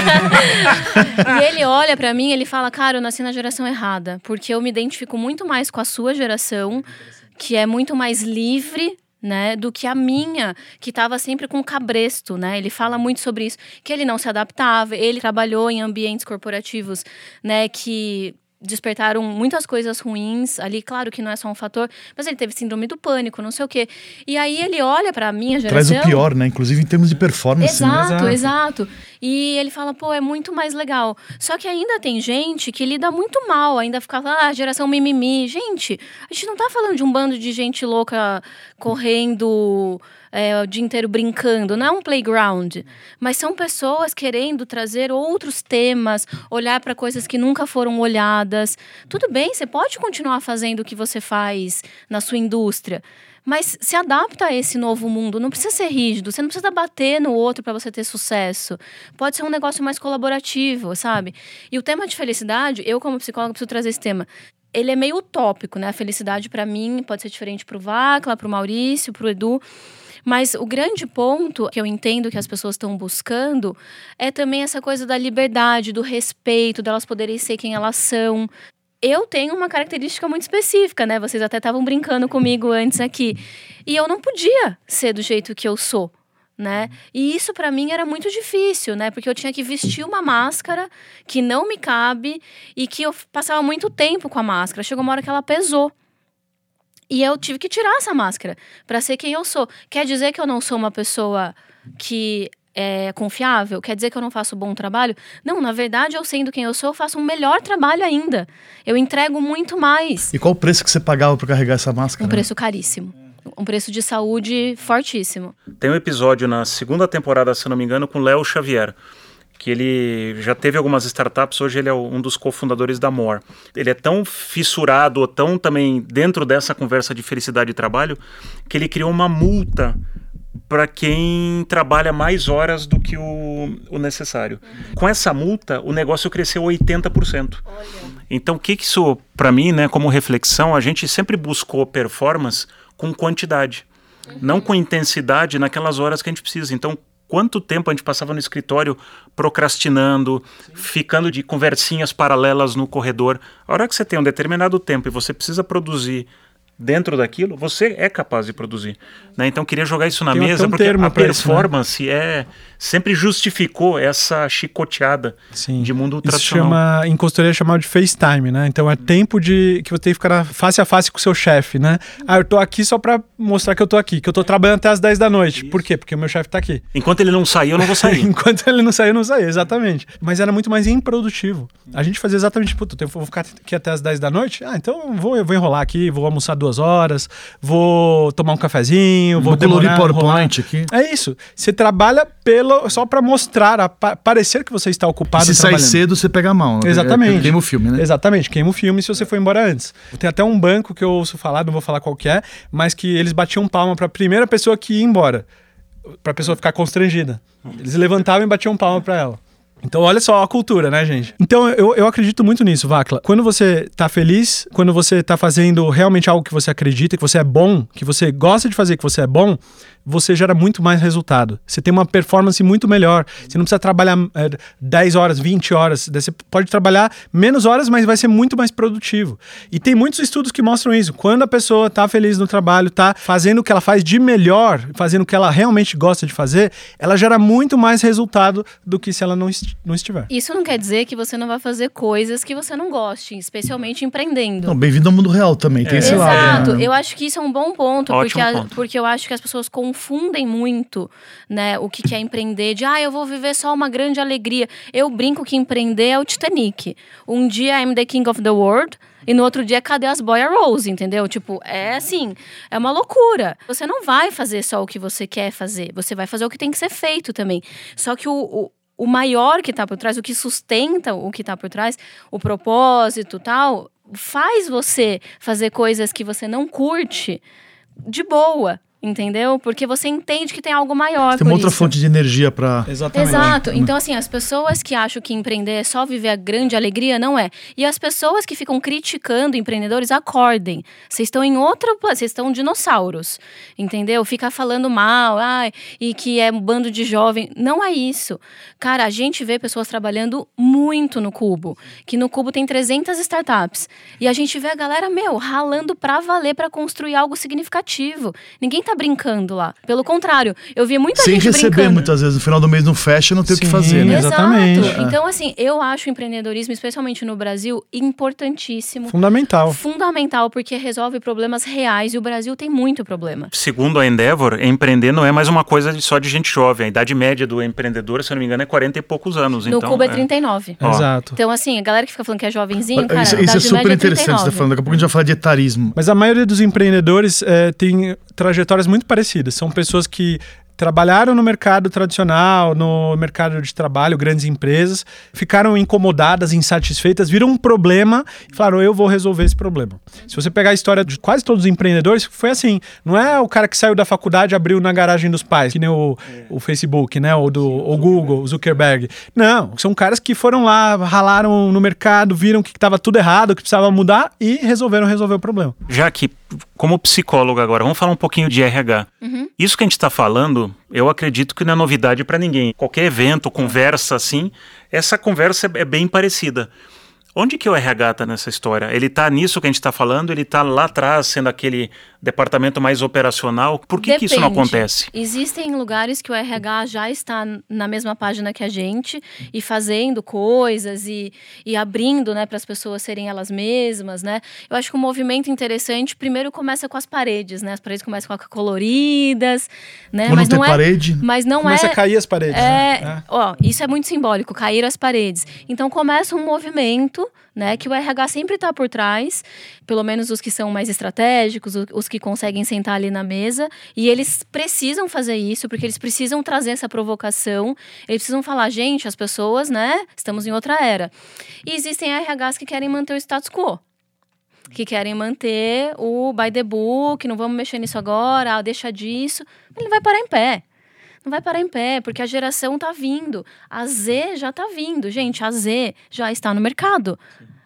E ele olha pra mim e ele fala, cara, eu nasci na geração errada. Porque eu me identifico muito mais com a sua geração, que é muito mais livre, né, do que a minha, que estava sempre com cabresto, né? Ele fala muito sobre isso, que ele não se adaptava, ele trabalhou em ambientes corporativos, né, que despertaram muitas coisas ruins ali, claro que não é só um fator, mas ele teve síndrome do pânico, não sei o quê. E aí ele olha pra minha geração... Traz o pior, né? Inclusive em termos de performance. Exato, né? exato. E ele fala, pô, é muito mais legal. Só que ainda tem gente que lida muito mal, ainda fica lá, ah, geração mimimi. Gente, a gente não tá falando de um bando de gente louca correndo... É, o dia inteiro brincando, não é um playground, mas são pessoas querendo trazer outros temas, olhar para coisas que nunca foram olhadas. Tudo bem, você pode continuar fazendo o que você faz na sua indústria, mas se adapta a esse novo mundo, não precisa ser rígido, você não precisa bater no outro para você ter sucesso. Pode ser um negócio mais colaborativo, sabe? E o tema de felicidade, eu como psicóloga preciso trazer esse tema. Ele é meio utópico, né? A felicidade para mim pode ser diferente para o Vacla, para o Maurício, para o Edu. Mas o grande ponto que eu entendo que as pessoas estão buscando é também essa coisa da liberdade, do respeito, delas poderem ser quem elas são. Eu tenho uma característica muito específica, né? Vocês até estavam brincando comigo antes aqui. E eu não podia ser do jeito que eu sou, né? E isso pra mim era muito difícil, né? Porque eu tinha que vestir uma máscara que não me cabe e que eu passava muito tempo com a máscara. Chegou uma hora que ela pesou. E eu tive que tirar essa máscara para ser quem eu sou. Quer dizer que eu não sou uma pessoa que é confiável? Quer dizer que eu não faço bom trabalho? Não, na verdade, eu sendo quem eu sou, eu faço um melhor trabalho ainda. Eu entrego muito mais. E qual o preço que você pagava para carregar essa máscara? Um preço caríssimo. Um preço de saúde fortíssimo. Tem um episódio na segunda temporada, se não me engano, com Léo Xavier, que ele já teve algumas startups, hoje ele é um dos cofundadores da More. Ele é tão fissurado, ou tão também dentro dessa conversa de felicidade e trabalho, que ele criou uma multa para quem trabalha mais horas do que o, o necessário. Com essa multa, o negócio cresceu oitenta por cento. Então, o que que isso, para mim, né, como reflexão, a gente sempre buscou performance com quantidade, uhum. não com intensidade naquelas horas que a gente precisa. Então, quanto tempo a gente passava no escritório procrastinando, Sim. ficando de conversinhas paralelas no corredor. A hora que você tem um determinado tempo e você precisa produzir dentro daquilo, você é capaz de produzir. Né? Então, queria jogar isso na tem mesa, porque a performance isso, né? é, sempre justificou essa chicoteada Sim. de mundo tradicional. Isso chama, em consultoria é chamado de FaceTime, né? Então, é tempo de que você tem que ficar face a face com o seu chefe, né? Ah, eu tô aqui só pra mostrar que eu tô aqui, que eu tô trabalhando até as dez da noite. Isso. Por quê? Porque o meu chefe tá aqui. Enquanto ele não sair, eu não vou sair. Enquanto ele não sair, eu não sair, exatamente. Mas era muito mais improdutivo. A gente fazia exatamente, puta, eu vou ficar aqui até as dez da noite? Ah, então eu vou, eu vou enrolar aqui, vou almoçar duas horas, vou tomar um cafezinho, vou colorir PowerPoint aqui. É isso. Você trabalha pelo, só para mostrar, a, pa, parecer que você está ocupado. E se sai cedo, você pega a mão. Exatamente. Queima o filme, né? Exatamente, queima o filme se você for embora antes. Tem até um banco que eu ouço falar, não vou falar qual que é, mas que eles batiam palma para a primeira pessoa que ia embora, para a pessoa ficar constrangida. Eles levantavam e batiam palma para ela. Então olha só a cultura, né, gente? Então eu, eu acredito muito nisso, Vacla. Quando você tá feliz, quando você tá fazendo realmente algo que você acredita, que você é bom, que você gosta de fazer, que você é bom, você gera muito mais resultado. Você tem uma performance muito melhor. Você não precisa trabalhar é, dez horas, vinte horas. Você pode trabalhar menos horas, mas vai ser muito mais produtivo. E tem muitos estudos que mostram isso. Quando a pessoa está feliz no trabalho, está fazendo o que ela faz de melhor, fazendo o que ela realmente gosta de fazer, ela gera muito mais resultado do que se ela não, est- não estiver. Isso não quer dizer que você não vai fazer coisas que você não goste, especialmente empreendendo. Não, bem-vindo ao mundo real também, tem É. esse Exato, lado. Né? eu acho que isso é um bom ponto, Ótimo porque, a- ponto. porque eu acho que as pessoas confundem muito, né, o que, que é empreender, de ah, eu vou viver só uma grande alegria. Eu brinco que empreender é o Titanic. Um dia I'm the king of the world, e no outro dia, cadê as boy Rose, entendeu? Tipo, é assim, é uma loucura. Você não vai fazer só o que você quer fazer, você vai fazer o que tem que ser feito também. Só que o, o, o maior que tá por trás, o que sustenta o que tá por trás, o propósito e tal, faz você fazer coisas que você não curte de boa. Entendeu? Porque você entende que tem algo maior. Tem uma outra fonte de energia pra... Exatamente. Exato. Então, assim, as pessoas que acham que empreender é só viver a grande alegria, não é. E as pessoas que ficam criticando empreendedores, acordem. Vocês estão em outro... Vocês estão dinossauros, entendeu? Fica falando mal, ai, e que é um bando de jovem. Não é isso. Cara, a gente vê pessoas trabalhando muito no Cubo. Que no Cubo tem trezentas startups. E a gente vê a galera, meu, ralando pra valer, pra construir algo significativo. Ninguém tá brincando lá. Pelo contrário, eu vi muita Sem gente receber brincando. muitas vezes, no final do mês não fecha, não tem o que Sim, fazer, né? exato. Exatamente. Exato. Então, assim, eu acho o empreendedorismo, especialmente no Brasil, importantíssimo. Fundamental. Fundamental, porque resolve problemas reais e o Brasil tem muito problema. Segundo a Endeavor, empreender não é mais uma coisa de- só de gente jovem. A idade média do empreendedor, se eu não me engano, é quarenta e poucos anos. No então, Cuba é trinta e nove. Ó. Exato. Então, assim, a galera que fica falando que é jovenzinho, cara, isso a isso é idade super média é interessante você tá trinta e nove. falando. Daqui a pouco a gente vai falar de etarismo. Mas a maioria dos empreendedores é, tem trajetórias muito parecidas. São pessoas que trabalharam no mercado tradicional, no mercado de trabalho, grandes empresas, ficaram incomodadas, insatisfeitas, viram um problema e falaram, eu vou resolver esse problema. Se você pegar a história de quase todos os empreendedores, foi assim, não é o cara que saiu da faculdade e abriu na garagem dos pais, que nem o, o Facebook, né, ou do o Google, o Zuckerberg. Não, são caras que foram lá, ralaram no mercado, viram que estava tudo errado, que precisava mudar e resolveram resolver o problema. Já que, como psicólogo agora, vamos falar um pouquinho de R H. Uhum. Isso que a gente está falando, eu acredito que não é novidade para ninguém. Qualquer evento, conversa assim, essa conversa é bem parecida. Onde que o R H está nessa história? Ele está nisso que a gente está falando? Ele está lá atrás, sendo aquele departamento mais operacional? Por que, que isso não Depende. acontece? Existem lugares que o R H já está na mesma página que a gente e fazendo coisas e, e abrindo, né, para as pessoas serem elas mesmas, né? Eu acho que um movimento interessante, primeiro começa com as paredes, né? As paredes começam com coloridas, né? Quando Mas não tem não é, parede... mas não Começa é a cair as paredes. É, né? ó, isso é muito simbólico, cair as paredes. Então começa um movimento, né, que o R H sempre está por trás, pelo menos os que são mais estratégicos, os, os que conseguem sentar ali na mesa, e eles precisam fazer isso, porque eles precisam trazer essa provocação, eles precisam falar, gente, as pessoas, né, estamos em outra era. E existem R Hs que querem manter o status quo, que querem manter o by the book, não vamos mexer nisso agora, ah, deixa disso, ele vai parar em pé. Não vai parar em pé, porque a geração tá vindo. A Z já tá vindo. Gente, a Z já está no mercado.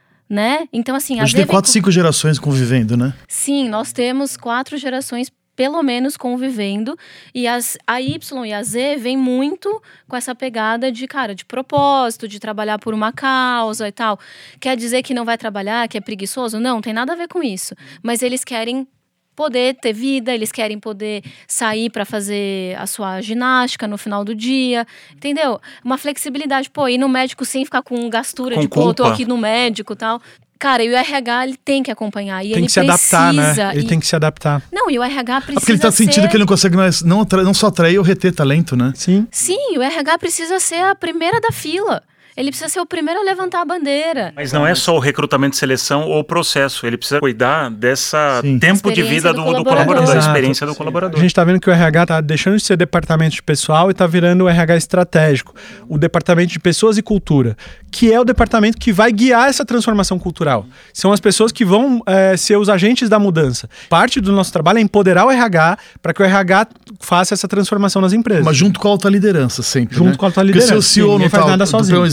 Né? Então, assim, a Hoje Z tem vem quatro, com- cinco gerações convivendo, né? Sim, nós temos quatro gerações, pelo menos, convivendo. E as, a Y e a Z vem muito com essa pegada de, cara, de propósito, de trabalhar por uma causa e tal. Quer dizer que não vai trabalhar, que é preguiçoso? Não, tem nada a ver com isso. Mas eles querem poder ter vida, eles querem poder sair para fazer a sua ginástica no final do dia, entendeu? Uma flexibilidade, pô, ir no médico sem ficar com gastura Com de, pô, tô culpa. aqui no médico e tal. Cara, e o R H, ele tem que acompanhar, e Tem ele que se precisa... adaptar, né? Ele e- tem que se adaptar. Não, e o R H Ah, precisa porque ele tá sentindo ser... que ele não consegue mais, não, atra- não só atrair ou reter talento, né? Sim. Sim, o R H precisa ser a primeira da fila. Ele precisa ser o primeiro a levantar a bandeira. Mas não é só o recrutamento e seleção ou o processo. Ele precisa cuidar dessa Sim. tempo de Experiência vida do do, do colaborador. colaborador, da Exato. experiência do A colaborador. gente está vendo que o R H está deixando de ser departamento de pessoal e está virando o R H estratégico, o departamento de pessoas e cultura, que é o departamento que vai guiar essa transformação cultural. São as pessoas que vão é, ser os agentes da mudança. Parte do nosso trabalho é empoderar o R H para que o R H faça essa transformação nas empresas. Mas junto com a alta liderança sempre, Junto né? com a alta Porque liderança, se o C E O sim, ninguém não faz tá, nada vou dar sozinho. um exemplo,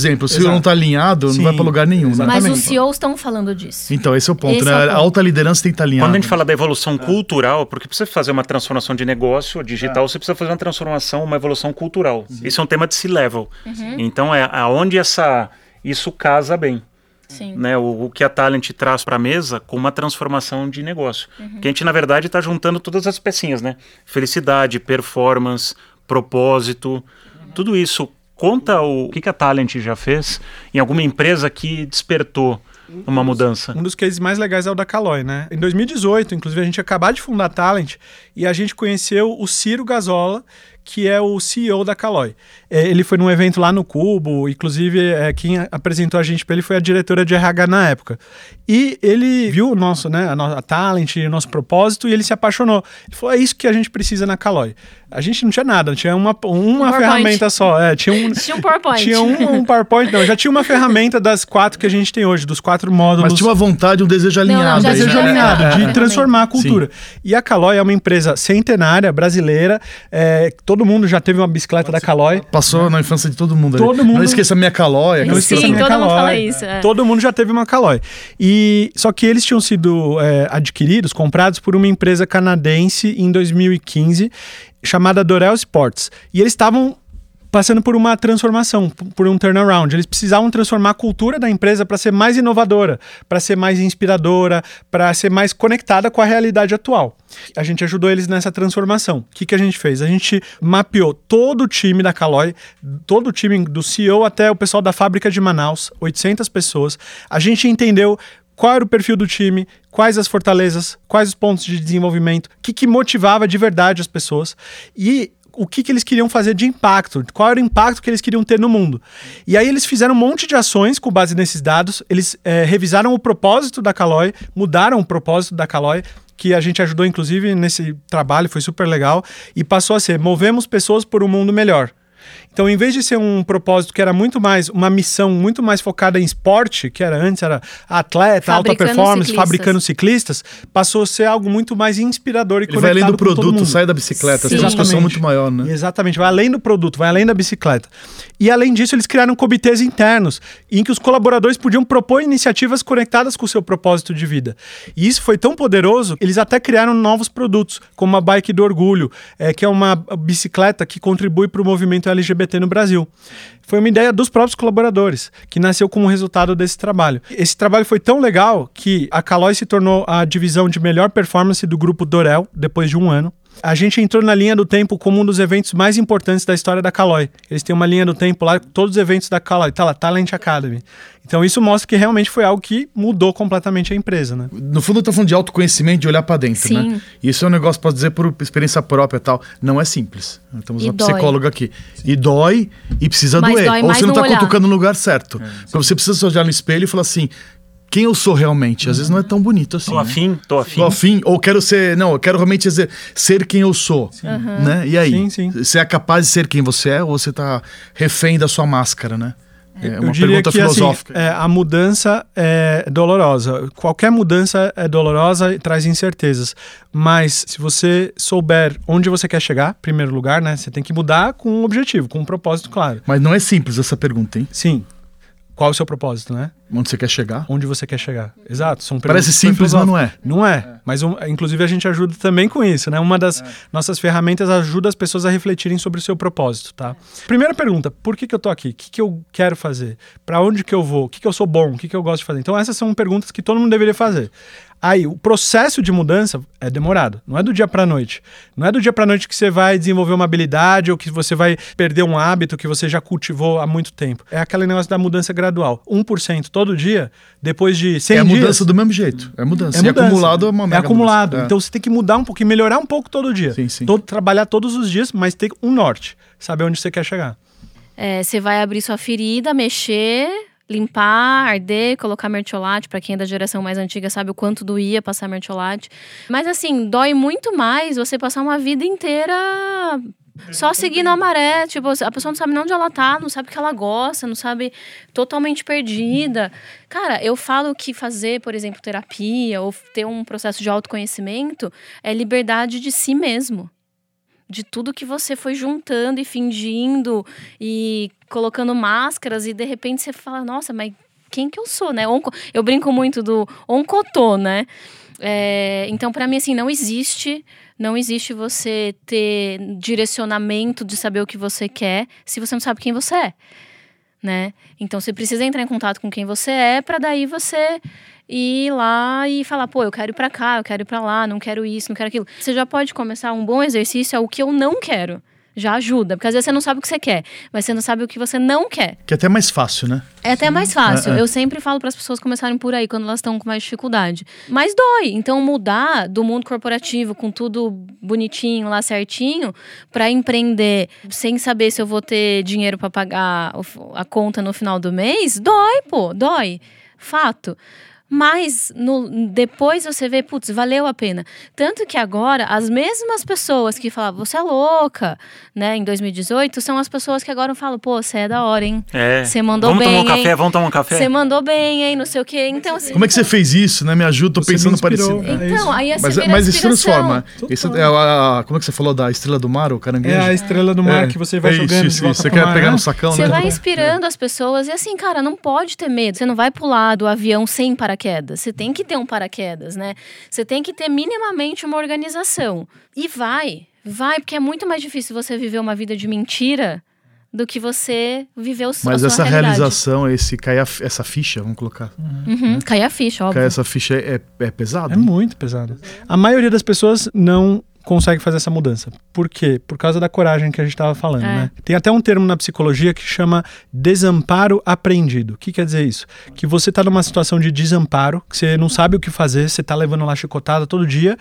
exemplo, se Exato. não tá alinhado, Sim, não vai para lugar nenhum, né? Mas os C E Os estão falando disso. Então, esse é o ponto, Esse né? é o ponto. A alta liderança tem que estar alinhada. Quando a gente fala da evolução cultural, porque para você fazer uma transformação de negócio digital, você precisa fazer uma transformação, uma evolução cultural. Isso é um tema de C-level. Então, é aonde essa, isso casa bem. Sim. Né, o, o que a Talent traz para a mesa com uma transformação de negócio. Uhum. Que a gente, na verdade, está juntando todas as pecinhas, né? Felicidade, performance, propósito, uhum. tudo isso. Conta o, o que, que a Talent já fez em alguma empresa que despertou uma mudança. Um dos cases mais legais é o da Caloi, né? Em dois mil e dezoito, inclusive, a gente acabou de fundar a Talent e a gente conheceu o Ciro Gazola, que é o C E O da Caloi. É, ele foi num evento lá no Cubo, inclusive é, quem apresentou a gente para ele foi a diretora de R H na época. E ele viu o nosso, né, a nossa Talent, o nosso propósito e ele se apaixonou. Ele falou, é isso que a gente precisa na Caloi. A gente não tinha nada, tinha uma, uma um ferramenta só. É, tinha, um, tinha um PowerPoint. Tinha um, um PowerPoint, não, já tinha uma ferramenta das quatro que a gente tem hoje, dos quatro módulos. Mas tinha uma vontade, um desejo alinhado. Não, não, já um desejo tinha alinhado, é, de é, transformar a cultura. Sim. E a Caloi é uma empresa centenária, brasileira, é, todo mundo já teve uma bicicleta da Caloi. Passou na infância de todo mundo ali. Todo mundo... Não esqueça a minha Caloi. Não esqueça Sim, a minha todo Caloi. mundo fala isso. É. Todo mundo já teve uma Caloi. E, só que eles tinham sido é, adquiridos, comprados por uma empresa canadense em dois mil e quinze, chamada Dorel Sports. E eles estavam passando por uma transformação, por um turnaround. Eles precisavam transformar a cultura da empresa para ser mais inovadora, para ser mais inspiradora, para ser mais conectada com a realidade atual. A gente ajudou eles nessa transformação. O que, que a gente fez? A gente mapeou todo o time da Caloi, todo o time do C E O até o pessoal da fábrica de Manaus, oitocentas pessoas. A gente entendeu qual era o perfil do time, quais as fortalezas, quais os pontos de desenvolvimento, o que, que motivava de verdade as pessoas e o que, que eles queriam fazer de impacto, qual era o impacto que eles queriam ter no mundo. E aí eles fizeram um monte de ações com base nesses dados, eles é, revisaram o propósito da Caloi, mudaram o propósito da Caloi, que a gente ajudou inclusive nesse trabalho, foi super legal, e passou a ser, movemos pessoas por um mundo melhor. Então, em vez de ser um propósito que era muito mais, uma missão muito mais focada em esporte, que era antes, era atleta, alta performance, ciclistas. fabricando ciclistas, passou a ser algo muito mais inspirador e Ele conectado vai além do com todo produto, mundo. sai da bicicleta, Sim. tem uma discussão muito maior, né? Exatamente, vai além do produto, vai além da bicicleta. E além disso, eles criaram comitês internos, em que os colaboradores podiam propor iniciativas conectadas com o seu propósito de vida. E isso foi tão poderoso, eles até criaram novos produtos, como a Bike do Orgulho, é, que é uma bicicleta que contribui para o movimento L G B T no Brasil. Foi uma ideia dos próprios colaboradores, que nasceu como resultado desse trabalho. Esse trabalho foi tão legal que a Caloi se tornou a divisão de melhor performance do grupo Dorel, depois de um ano. A gente entrou na linha do tempo como um dos eventos mais importantes da história da Caloi. Eles têm uma linha do tempo lá, todos os eventos da Caloi, tá lá, Talent Academy. Então isso mostra que realmente foi algo que mudou completamente a empresa, né? No fundo, eu tô falando de autoconhecimento, de olhar pra dentro, Sim. né? Isso é um negócio, posso dizer, por experiência própria e tal. Não é simples. Temos E uma dói. psicóloga aqui. E dói, e precisa Mas doer. dói Ou mais você não no tá olhar. cutucando no lugar certo. É, Porque você precisa se olhar no espelho e falar assim, quem eu sou realmente? Às vezes não é tão bonito assim. Tô né? afim, tô afim. Tô afim, ou quero ser... Não, eu quero realmente dizer, ser quem eu sou. Uhum. Né? E aí? Sim, sim. Você é capaz de ser quem você é ou você tá refém da sua máscara, né? É Eu uma diria pergunta que filosófica. assim, é, a mudança é dolorosa. Qualquer mudança é dolorosa e traz incertezas. Mas se você souber onde você quer chegar, em primeiro lugar, né? Você tem que mudar com um objetivo, com um propósito claro. Mas não é simples essa pergunta, hein? Sim. Qual é o seu propósito, né? Onde você quer chegar? Onde você quer chegar. Exato. São Parece perguntas simples, mas não é. Não é. é. Mas um, inclusive a gente ajuda também com isso, né? Uma das é. nossas ferramentas ajuda as pessoas a refletirem sobre o seu propósito, tá? É. Primeira pergunta, por que que eu tô aqui? O que que eu quero fazer? Para onde que eu vou? O que que eu sou bom? O que que eu gosto de fazer? Então essas são perguntas que todo mundo deveria fazer. Aí, o processo de mudança é demorado. Não é do dia para noite. Não é do dia para noite que você vai desenvolver uma habilidade ou que você vai perder um hábito que você já cultivou há muito tempo. É aquele negócio da mudança gradual. um por cento todo dia, depois de cem dias... É a dias, mudança do mesmo jeito. É mudança. É mudança. E acumulado é uma mega É acumulado. mudança. Então você tem que mudar um pouquinho, melhorar um pouco todo dia. Sim, sim. Todo, trabalhar todos os dias, mas ter um norte. Saber onde você quer chegar. É, você vai abrir sua ferida, mexer... limpar, arder, colocar mertiolate. Pra quem é da geração mais antiga sabe o quanto doía passar mertiolate. Mas assim, dói muito mais você passar uma vida inteira só seguindo a maré. Tipo, a pessoa não sabe nem onde ela tá, não sabe o que ela gosta, não sabe, totalmente perdida. Cara, eu falo que fazer, por exemplo, terapia ou ter um processo de autoconhecimento é liberdade de si mesmo. de tudo que você foi juntando e fingindo e colocando máscaras e de repente você fala, nossa, mas quem que eu sou, né? Onco... Eu brinco muito do oncotô, né? É... Então, para mim, assim, não existe, não existe você ter direcionamento de saber o que você quer se você não sabe quem você é, né? Então, você precisa entrar em contato com quem você é para daí você ir lá e falar, pô, eu quero ir pra cá, eu quero ir pra lá, não quero isso, não quero aquilo. Você já pode começar um bom exercício, é o que eu não quero. Já ajuda, porque às vezes você não sabe o que você quer, mas você não sabe o que você não quer. Que é até mais fácil, né? É até mais fácil. É, é. Eu sempre falo para as pessoas começarem por aí, quando elas estão com mais dificuldade. Mas dói. Então, mudar do mundo corporativo, com tudo bonitinho, lá certinho, para empreender, sem saber se eu vou ter dinheiro para pagar a conta no final do mês, dói, pô, dói. Fato. Mas no, depois você vê, putz, valeu a pena. Tanto que agora, as mesmas pessoas que falavam, você é louca, né, em dois mil e dezoito, são as pessoas que agora falam, pô, você é da hora, hein? É. Você mandou vamos bem, tomar um hein? café, vamos tomar um café? Você mandou bem, hein? Não sei o quê. Então, assim, Como é que você fez isso, né? Me ajuda, tô Você pensando me inspirou. parecido. É Então, isso. aí você Mas, vira mas isso inspiração. transforma. Esse é a, a- como é que você falou da estrela do mar, o caranguejo? É a estrela do mar É. que você vai É isso, jogando isso, de volta isso. Você pro quer mar, pegar né? no sacão, Você né? vai inspirando as pessoas e assim, cara, não pode ter medo. Você não vai pular do avião sem paraquedas. Você tem que ter um paraquedas, né? Você tem que ter minimamente uma organização. E vai, vai, porque é muito mais difícil você viver uma vida de mentira do que você viver o seu. Mas essa realização, esse, cair a, essa ficha, vamos colocar. Uhum, cair a ficha, óbvio. Cair essa ficha é, é, é pesado? É muito pesado. A maioria das pessoas não consegue fazer essa mudança. Por quê? Por causa da coragem que a gente estava falando, É. né? Tem até um termo na psicologia que chama desamparo aprendido. O que quer dizer isso? Que você está numa situação de desamparo, que você não sabe o que fazer, você está levando lá chicotada todo dia,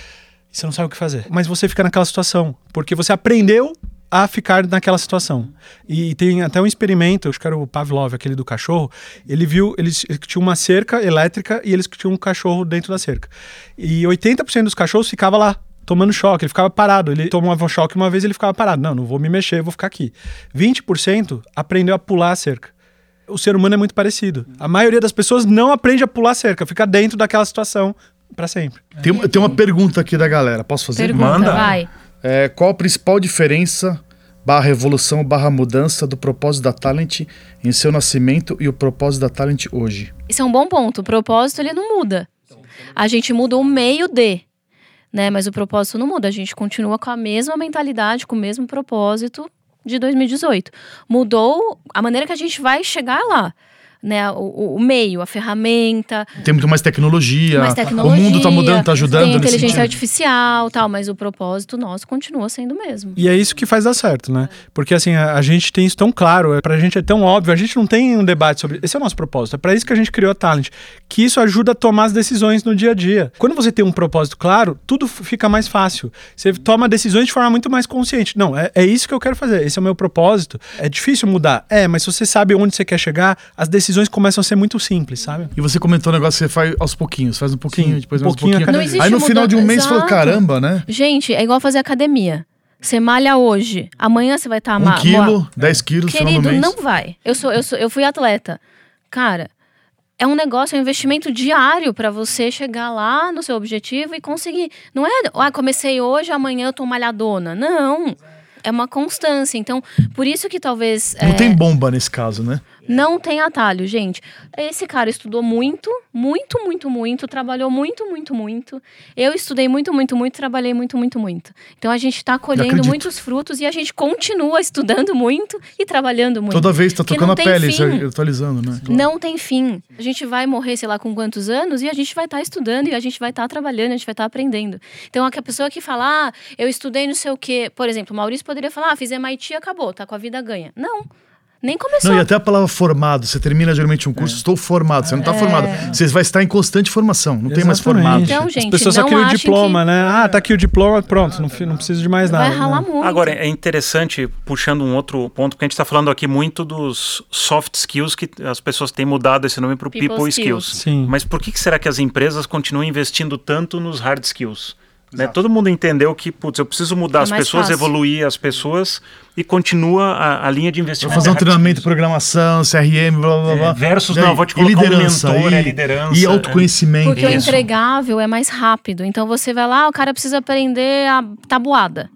e você não sabe o que fazer. Mas você fica naquela situação, porque você aprendeu a ficar naquela situação. E tem até um experimento, acho que era o Pavlov, aquele do cachorro, ele viu, eles tinham uma cerca elétrica e eles tinham um cachorro dentro da cerca. E oitenta por cento dos cachorros ficava lá, tomando choque, ele ficava parado. Ele tomava choque uma vez, ele ficava parado. Não, não vou me mexer, eu vou ficar aqui. vinte por cento aprendeu a pular a cerca. O ser humano é muito parecido. A maioria das pessoas não aprende a pular a cerca, fica dentro daquela situação para sempre. Tem, uma- tem uma pergunta aqui da galera, posso fazer? Pergunta, Manda. vai. É, qual a principal diferença, barra evolução, barra mudança do propósito da Talent em seu nascimento e o propósito da Talent hoje? Isso é um bom ponto. O propósito, ele não muda. A gente muda o meio de, né? Mas o propósito não muda. A gente continua com a mesma mentalidade, com o mesmo propósito de dois mil e dezoito. Mudou a maneira que a gente vai chegar lá, né? O, o- o meio, a ferramenta, Tem muito mais tecnologia, mais tecnologia. o mundo tá mudando, tá ajudando Tem nesse inteligência sentido. artificial, tal, mas o propósito nosso continua sendo o mesmo. E é isso que faz dar certo, né? Porque assim, a, a gente tem isso tão claro, é, pra gente é tão óbvio, a gente não tem um debate sobre... Esse é o nosso propósito, é pra isso que a gente criou a Talent, que isso ajuda a tomar as decisões no dia a dia. Quando você tem um propósito claro, tudo f- fica mais fácil. Você toma decisões de forma muito mais consciente. Não, é, é isso que eu quero fazer, esse é o meu propósito. É difícil mudar, é, mas se você sabe onde você quer chegar, as decisões começam a ser muito simples, sabe? E você comentou um negócio que você faz aos pouquinhos, faz um pouquinho, Sim, depois um mais um pouquinho a pouquinho. cada Não existe Aí no final de um muda- mês você falou, Exato. caramba, né? Gente, é igual fazer academia. Você malha hoje, amanhã você vai estar... Um quilo, dez quilos no final do Querido, mês. não vai. Eu, sou, eu, sou, eu fui atleta. Cara, é um negócio, é um investimento diário pra você chegar lá no seu objetivo e conseguir. Não é, ah, comecei hoje, amanhã eu tô malhadona. Não. É uma constância. Então, por isso que talvez... Não é, tem bomba nesse caso, né? Não tem atalho, gente. Esse cara estudou muito, muito, muito, muito, trabalhou muito, muito, muito. Eu estudei muito, muito, muito, trabalhei muito, muito, muito. Então a gente tá colhendo acredito. muitos frutos e a gente continua estudando muito e trabalhando muito. Toda vez tá Porque tocando não a tem pele, fim. isso, atualizando, né? Não tem fim. A gente vai morrer, sei lá, com quantos anos e a gente vai estar estudando e a gente vai estar trabalhando, a gente vai estar aprendendo. Então, a pessoa que fala, ah, eu estudei não sei o quê. Por exemplo, o Maurício poderia falar, ah, fiz M I T e acabou, tá com a vida ganha. Não. Nem começou. Não, e até a palavra formado, você termina geralmente um curso, estou formado, você não está formado. Você vai estar em constante formação, não tem mais Exatamente. formado. Então, As gente, pessoas só não querem o achem diploma, que- né? Ah, tá aqui o diploma, pronto, não, fi- não preciso de mais nada. Vai ralar né? muito. Agora, é interessante, puxando um outro ponto, porque a gente está falando aqui muito dos soft skills, que as pessoas têm mudado esse nome para o People people, skills. skills. Sim. Mas por que que será que as empresas continuam investindo tanto nos hard skills? Né? Todo mundo entendeu que, putz, eu preciso mudar É as mais pessoas, fácil. evoluir as pessoas e continua a, a linha de Vai investimento. fazer um hard treinamento de skills. programação, C R M, blá blá blá. É, versus, E aí, não, vou te e colocar um liderança, mentor, e, é liderança, E é. autoconhecimento. Porque o Isso. entregável é mais rápido. Então você vai lá, o cara precisa aprender a tabuada.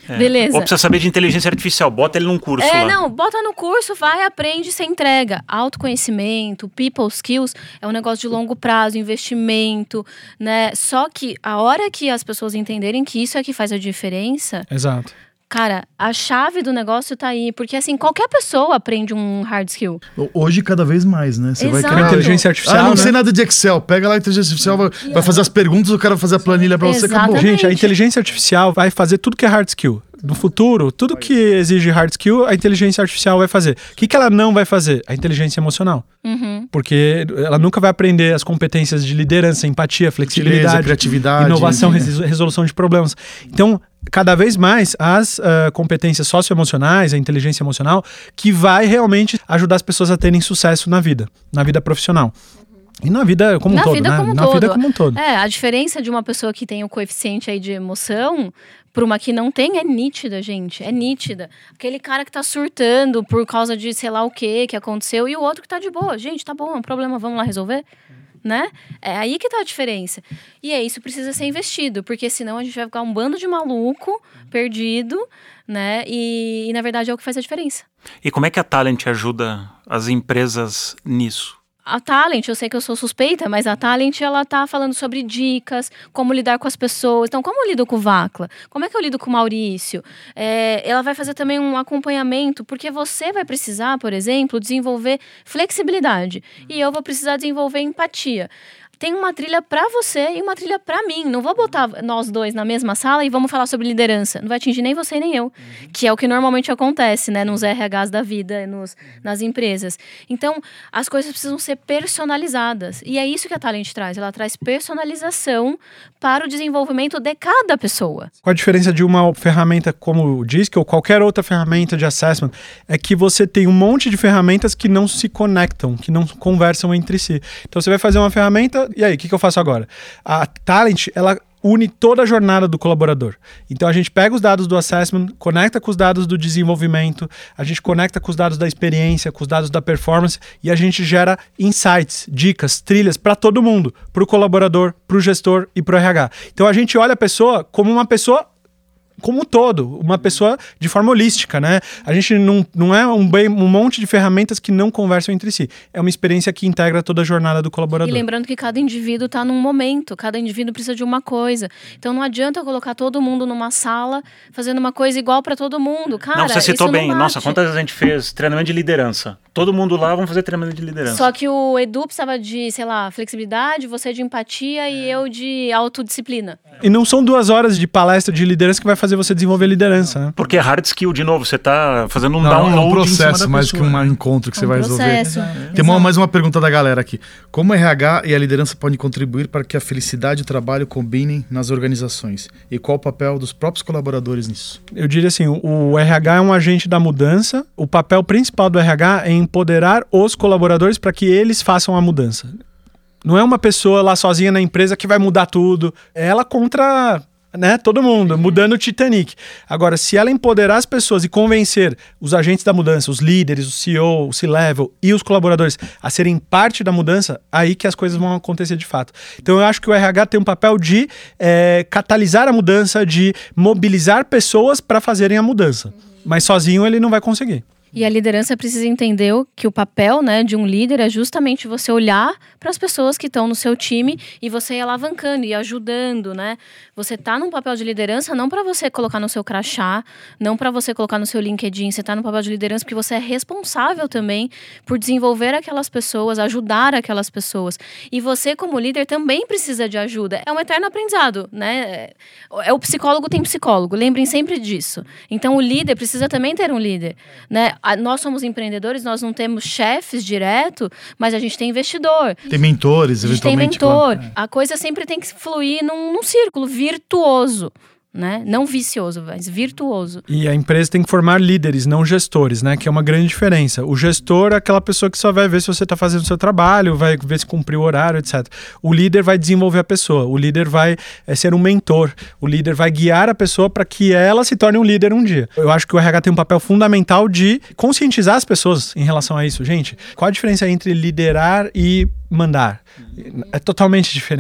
É. Beleza. Ou precisa saber de inteligência artificial, bota ele num curso é, lá. Não, bota no curso, vai, aprende, você entrega. Autoconhecimento, people skills, é um negócio de longo prazo, investimento, né? Só que a hora que as pessoas entenderem que isso é que faz a diferença... Exato. Cara, a chave do negócio tá aí. Porque, assim, qualquer pessoa aprende um hard skill. Hoje, cada vez mais, né? Você vai Exato. criar inteligência artificial, Ah, não né? sei nada de Excel. Pega lá a inteligência artificial, vai, vai fazer as perguntas, o cara vai fazer a planilha pra você, acabou. Exatamente. Gente, a inteligência artificial vai fazer tudo que é hard skill. No futuro, tudo que exige hard skill, a inteligência artificial vai fazer. O que, que ela não vai fazer? A inteligência emocional. Uhum. Porque ela nunca vai aprender as competências de liderança, empatia, flexibilidade, Beleza, criatividade, inovação, né? res- resolução de problemas. Então, cada vez mais, as uh, competências socioemocionais, a inteligência emocional, que vai realmente ajudar as pessoas a terem sucesso na vida, na vida profissional. E na vida como um Na todo, vida né? como um na todo. vida como um todo. É, a diferença de uma pessoa que tem o coeficiente aí de emoção para uma que não tem é nítida, gente. É nítida. Aquele cara que tá surtando por causa de sei lá o que que aconteceu e o outro que tá de boa. Gente, tá bom, é um problema, vamos lá resolver? Né? É aí que tá a diferença. E é isso que precisa ser investido, porque senão a gente vai ficar um bando de maluco, perdido, né? E, e na verdade é o que faz a diferença. E como é que a Talent ajuda as empresas nisso? A Talent, eu sei que eu sou suspeita, mas a Talent, ela tá falando sobre dicas, como lidar com as pessoas. Então, como eu lido com o Vacla? Como é que eu lido com o Maurício? É, ela vai fazer também um acompanhamento, porque você vai precisar, por exemplo, desenvolver flexibilidade. E eu vou precisar desenvolver empatia. Tem uma trilha pra você e uma trilha pra mim. Não vou botar nós dois na mesma sala e vamos falar sobre liderança. Não vai atingir nem você nem eu. Uhum. Que é o que normalmente acontece, né? Nos R Hs da vida, nos, nas empresas. Então, as coisas precisam ser personalizadas. E é isso que a Talent traz. Ela traz personalização para o desenvolvimento de cada pessoa. Qual a diferença de uma ferramenta como o DISC ou qualquer outra ferramenta de assessment? É que você tem um monte de ferramentas que não se conectam, que não conversam entre si. Então, você vai fazer uma ferramenta. E aí, o que, que eu faço agora? A Talent, ela une toda a jornada do colaborador. Então, a gente pega os dados do assessment, conecta com os dados do desenvolvimento, a gente conecta com os dados da experiência, com os dados da performance, e a gente gera insights, dicas, trilhas para todo mundo, para o colaborador, para o gestor e para o R H. Então, a gente olha a pessoa como uma pessoa como um todo, uma pessoa de forma holística, né? A gente não, não é um, bem, um monte de ferramentas que não conversam entre si. É uma experiência que integra toda a jornada do colaborador. E lembrando que cada indivíduo está num momento, cada indivíduo precisa de uma coisa. Então não adianta eu colocar todo mundo numa sala fazendo uma coisa igual para todo mundo. Cara, não, você citou isso bem. não Nossa, quantas vezes a gente fez treinamento de liderança? Todo mundo lá, vamos fazer treinamento de liderança. Só que o Edu precisava de, sei lá, flexibilidade, você de empatia e eu de autodisciplina. E não são duas horas de palestra de liderança que vai fazer você desenvolver liderança. Né? Porque é hard skill, de novo, você tá fazendo um não, download é um processo, em cima da mais pessoa. que um encontro que É você um vai processo. resolver. Tem uma, mais uma pergunta da galera aqui. Como o R H e a liderança podem contribuir para que a felicidade e o trabalho combinem nas organizações? E qual o papel dos próprios colaboradores nisso? Eu diria assim, o R H é um agente da mudança. O papel principal do R H é empoderar os colaboradores para que eles façam a mudança. Não é uma pessoa lá sozinha na empresa que vai mudar tudo. É ela contra... Né, todo mundo, mudando o Titanic. Agora, se ela empoderar as pessoas e convencer os agentes da mudança, os líderes, o C E O, o C-Level e os colaboradores a serem parte da mudança, aí que as coisas vão acontecer de fato. Então eu acho que o R H tem um papel de é, catalisar a mudança, de mobilizar pessoas para fazerem a mudança. Mas sozinho ele não vai conseguir. E a liderança precisa entender que o papel, né, de um líder é justamente você olhar para as pessoas que estão no seu time e você ir alavancando e ajudando, né? Você está num papel de liderança não para você colocar no seu crachá, não para você colocar no seu LinkedIn, você está no papel de liderança porque você é responsável também por desenvolver aquelas pessoas, ajudar aquelas pessoas. E você, como líder, também precisa de ajuda. É um eterno aprendizado, né? É, o psicólogo tem psicólogo, lembrem sempre disso. Então, o líder precisa também ter um líder, né? Nós somos empreendedores, nós não temos chefes direto, mas a gente tem investidor. Tem mentores, a gente tem eventualmente. mentor. Claro. A coisa sempre tem que fluir num, num círculo virtuoso. Né? Não vicioso, mas virtuoso. E a empresa tem que formar líderes, não gestores, né? Que é uma grande diferença. O gestor é aquela pessoa que só vai ver se você está fazendo o seu trabalho, vai ver se cumpriu o horário, etcétera. O líder vai desenvolver a pessoa, o líder vai é, ser um mentor, o líder vai guiar a pessoa para que ela se torne um líder um dia. Eu acho que o R H tem um papel fundamental de conscientizar as pessoas em relação a isso. Gente, qual a diferença entre liderar e mandar? É totalmente diferente.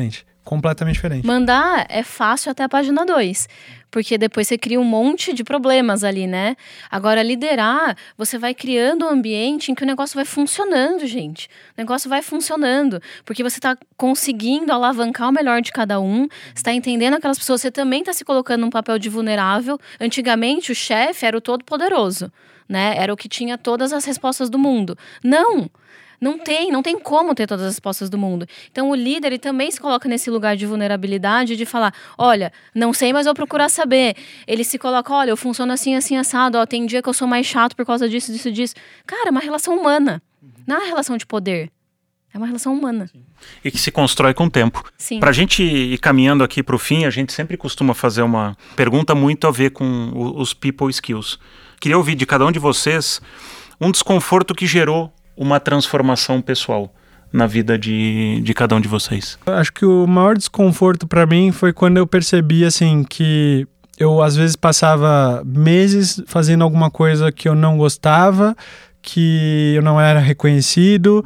completamente diferente. Mandar é fácil até a página dois. Porque depois você cria um monte de problemas ali, né? Agora, liderar, você vai criando um ambiente em que o negócio vai funcionando, gente. O negócio vai funcionando. Porque você está conseguindo alavancar o melhor de cada um. Você está entendendo aquelas pessoas. Você também está se colocando num papel de vulnerável. Antigamente, o chefe era o todo-poderoso, né? Era o que tinha todas as respostas do mundo. Não! Não tem, não tem como ter todas as respostas do mundo. Então, o líder, ele também se coloca nesse lugar de vulnerabilidade, de falar, olha, não sei, mas vou procurar saber. Ele se coloca, olha, eu funciono assim, assim, assado, ó, tem dia que eu sou mais chato por causa disso, disso, disso. Cara, é uma relação humana, não é uma relação de poder. É uma relação humana. E que se constrói com o tempo. Sim. Pra gente ir caminhando aqui pro fim, a gente sempre costuma fazer uma pergunta muito a ver com os people skills. Queria ouvir de cada um de vocês um desconforto que gerou uma transformação pessoal na vida de, de cada um de vocês. Acho que o maior desconforto para mim foi quando eu percebi, assim, que eu às vezes passava meses fazendo alguma coisa que eu não gostava, que eu não era reconhecido,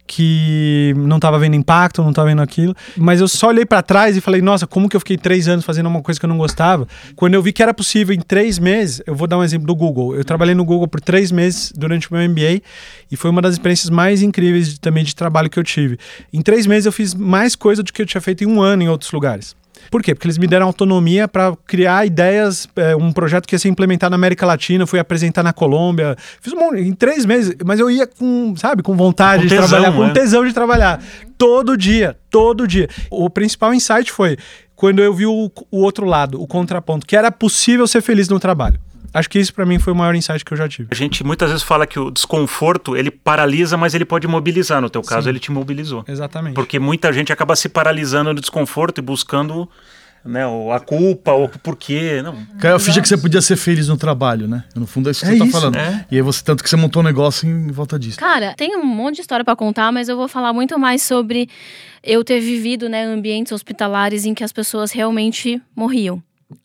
que não estava vendo impacto, não estava vendo aquilo, mas eu só olhei para trás e falei, nossa, como que eu fiquei três anos fazendo uma coisa que eu não gostava? Quando eu vi que era possível em três meses, eu vou dar um exemplo do Google, eu trabalhei no Google por três meses durante o meu M B A e foi uma das experiências mais incríveis de, também de trabalho que eu tive. Em três meses eu fiz mais coisa do que eu tinha feito em um ano em outros lugares. Por quê? Porque eles me deram autonomia para criar ideias, é, um projeto que ia ser implementado na América Latina, fui apresentar na Colômbia, fiz um monte, em três meses, mas eu ia com, sabe, com vontade com de tesão, trabalhar, né? com tesão de trabalhar, todo dia, todo dia. O principal insight foi quando eu vi o, o outro lado, o contraponto, que era possível ser feliz no trabalho. Acho que isso para mim foi o maior insight que eu já tive. A gente muitas vezes fala que o desconforto, ele paralisa, mas ele pode mobilizar. No teu caso, Sim. ele te mobilizou. Exatamente. Porque muita gente acaba se paralisando no desconforto e buscando, né, a culpa, ou o porquê. Não. Caiu a ficha que você podia ser feliz no trabalho, né? No fundo é isso que É você isso, tá falando. é. E aí você, tanto que você montou um negócio em volta disso. Cara, tem um monte de história pra contar, mas eu vou falar muito mais sobre eu ter vivido, né, ambientes hospitalares em que as pessoas realmente morriam.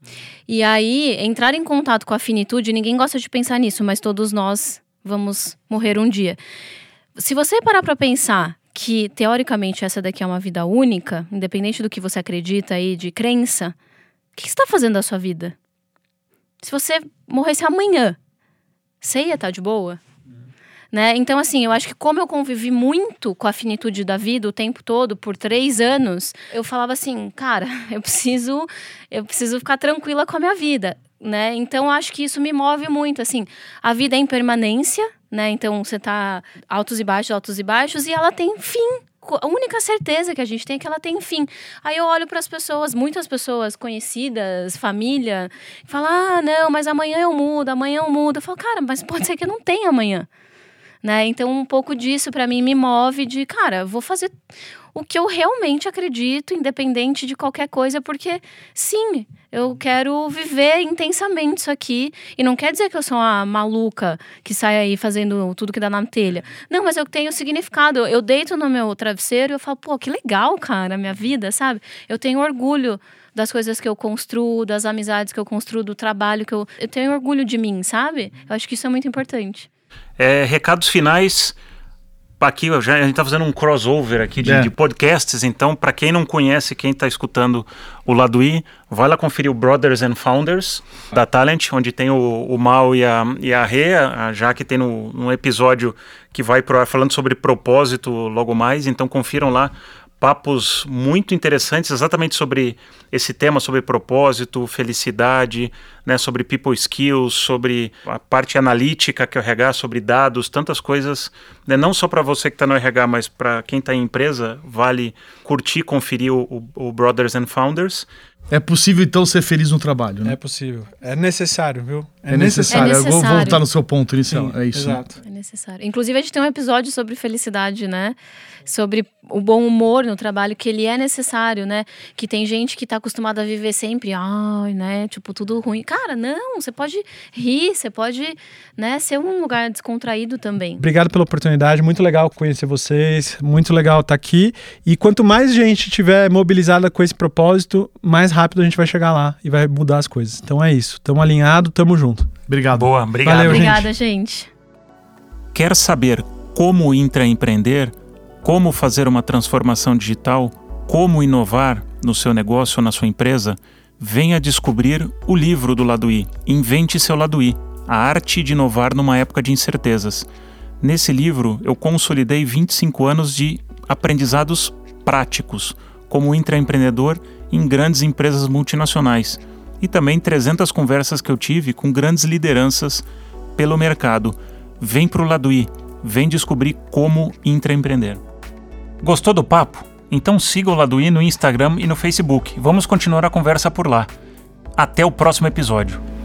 E aí, entrar em contato com a finitude, ninguém gosta de pensar nisso, mas todos nós vamos morrer um dia. Se você parar pra pensar que, teoricamente, essa daqui é uma vida única, independente do que você acredita aí de crença, o que você está fazendo da sua vida? Se você morresse amanhã, você ia estar de boa? Né? Então, assim, eu acho que como eu convivi muito com a finitude da vida o tempo todo, por três anos, eu falava assim, cara, eu preciso, eu preciso ficar tranquila com a minha vida, né? Então, eu acho que isso me move muito, assim, a vida é impermanência, né? Então, você tá altos e baixos, altos e baixos, e ela tem fim. A única certeza que a gente tem é que ela tem fim. Aí eu olho para as pessoas, muitas pessoas conhecidas, família, e falo, ah, não, mas amanhã eu mudo, amanhã eu mudo. Eu falo, cara, mas pode ser que eu não tenha amanhã. Né? Então, um pouco disso para mim me move de, cara, vou fazer o que eu realmente acredito, independente de qualquer coisa, porque sim, eu quero viver intensamente isso aqui, e não quer dizer que eu sou uma maluca que sai aí fazendo tudo que dá na telha. Não, mas eu tenho significado, eu deito no meu travesseiro e eu falo, pô, que legal, cara, a minha vida, sabe? Eu tenho orgulho das coisas que eu construo, das amizades que eu construo, do trabalho que eu... Eu tenho orgulho de mim, sabe? Eu acho que isso é muito importante. É, recados finais. Aqui já, a gente está fazendo um crossover aqui de, é. de podcasts, então para quem não conhece, quem está escutando o Lado I, vai lá conferir o Brothers and Founders da Talent, onde tem o, o Mal e a, e a Rê, a Jaque tem no, um episódio que vai pro ar falando sobre propósito logo mais, então confiram lá. Papos muito interessantes exatamente sobre esse tema, sobre propósito, felicidade, né, sobre people skills, sobre a parte analítica que é o R H, sobre dados, tantas coisas, né, não só para você que está no R H, mas para quem está em empresa, vale curtir, conferir o, o, o Brothers and Founders. É possível, então, ser feliz no trabalho, né? É possível. É necessário, viu? É, é necessário. necessário. Eu vou voltar no seu ponto inicial. Sim, é isso. Exato. É necessário. Inclusive, a gente tem um episódio sobre felicidade, né? Sobre o bom humor no trabalho, que ele é necessário, né? Que tem gente que tá acostumada a viver sempre, ai, né? Tipo, tudo ruim. Cara, não, você pode rir, você pode, né, ser um lugar descontraído também. Obrigado pela oportunidade, muito legal conhecer vocês, muito legal estar aqui. E quanto mais gente tiver mobilizada com esse propósito, mais rápido a gente vai chegar lá e vai mudar as coisas. Então é isso, estamos alinhados, tamo junto. Obrigado. Boa, obrigado. Valeu, Obrigada, gente. Quer saber como intraempreender? Como fazer uma transformação digital? Como inovar? no seu negócio ou na sua empresa, venha descobrir o livro do Lado I, Invente Seu Lado I, A Arte de Inovar numa Época de Incertezas. Nesse livro, eu consolidei vinte e cinco anos de aprendizados práticos, como intraempreendedor em grandes empresas multinacionais, e também trezentas conversas que eu tive com grandes lideranças pelo mercado. Vem pro Lado I, vem descobrir como intraempreender. Gostou do papo? Então siga o Lado I no Instagram e no Facebook. Vamos continuar a conversa por lá. Até o próximo episódio.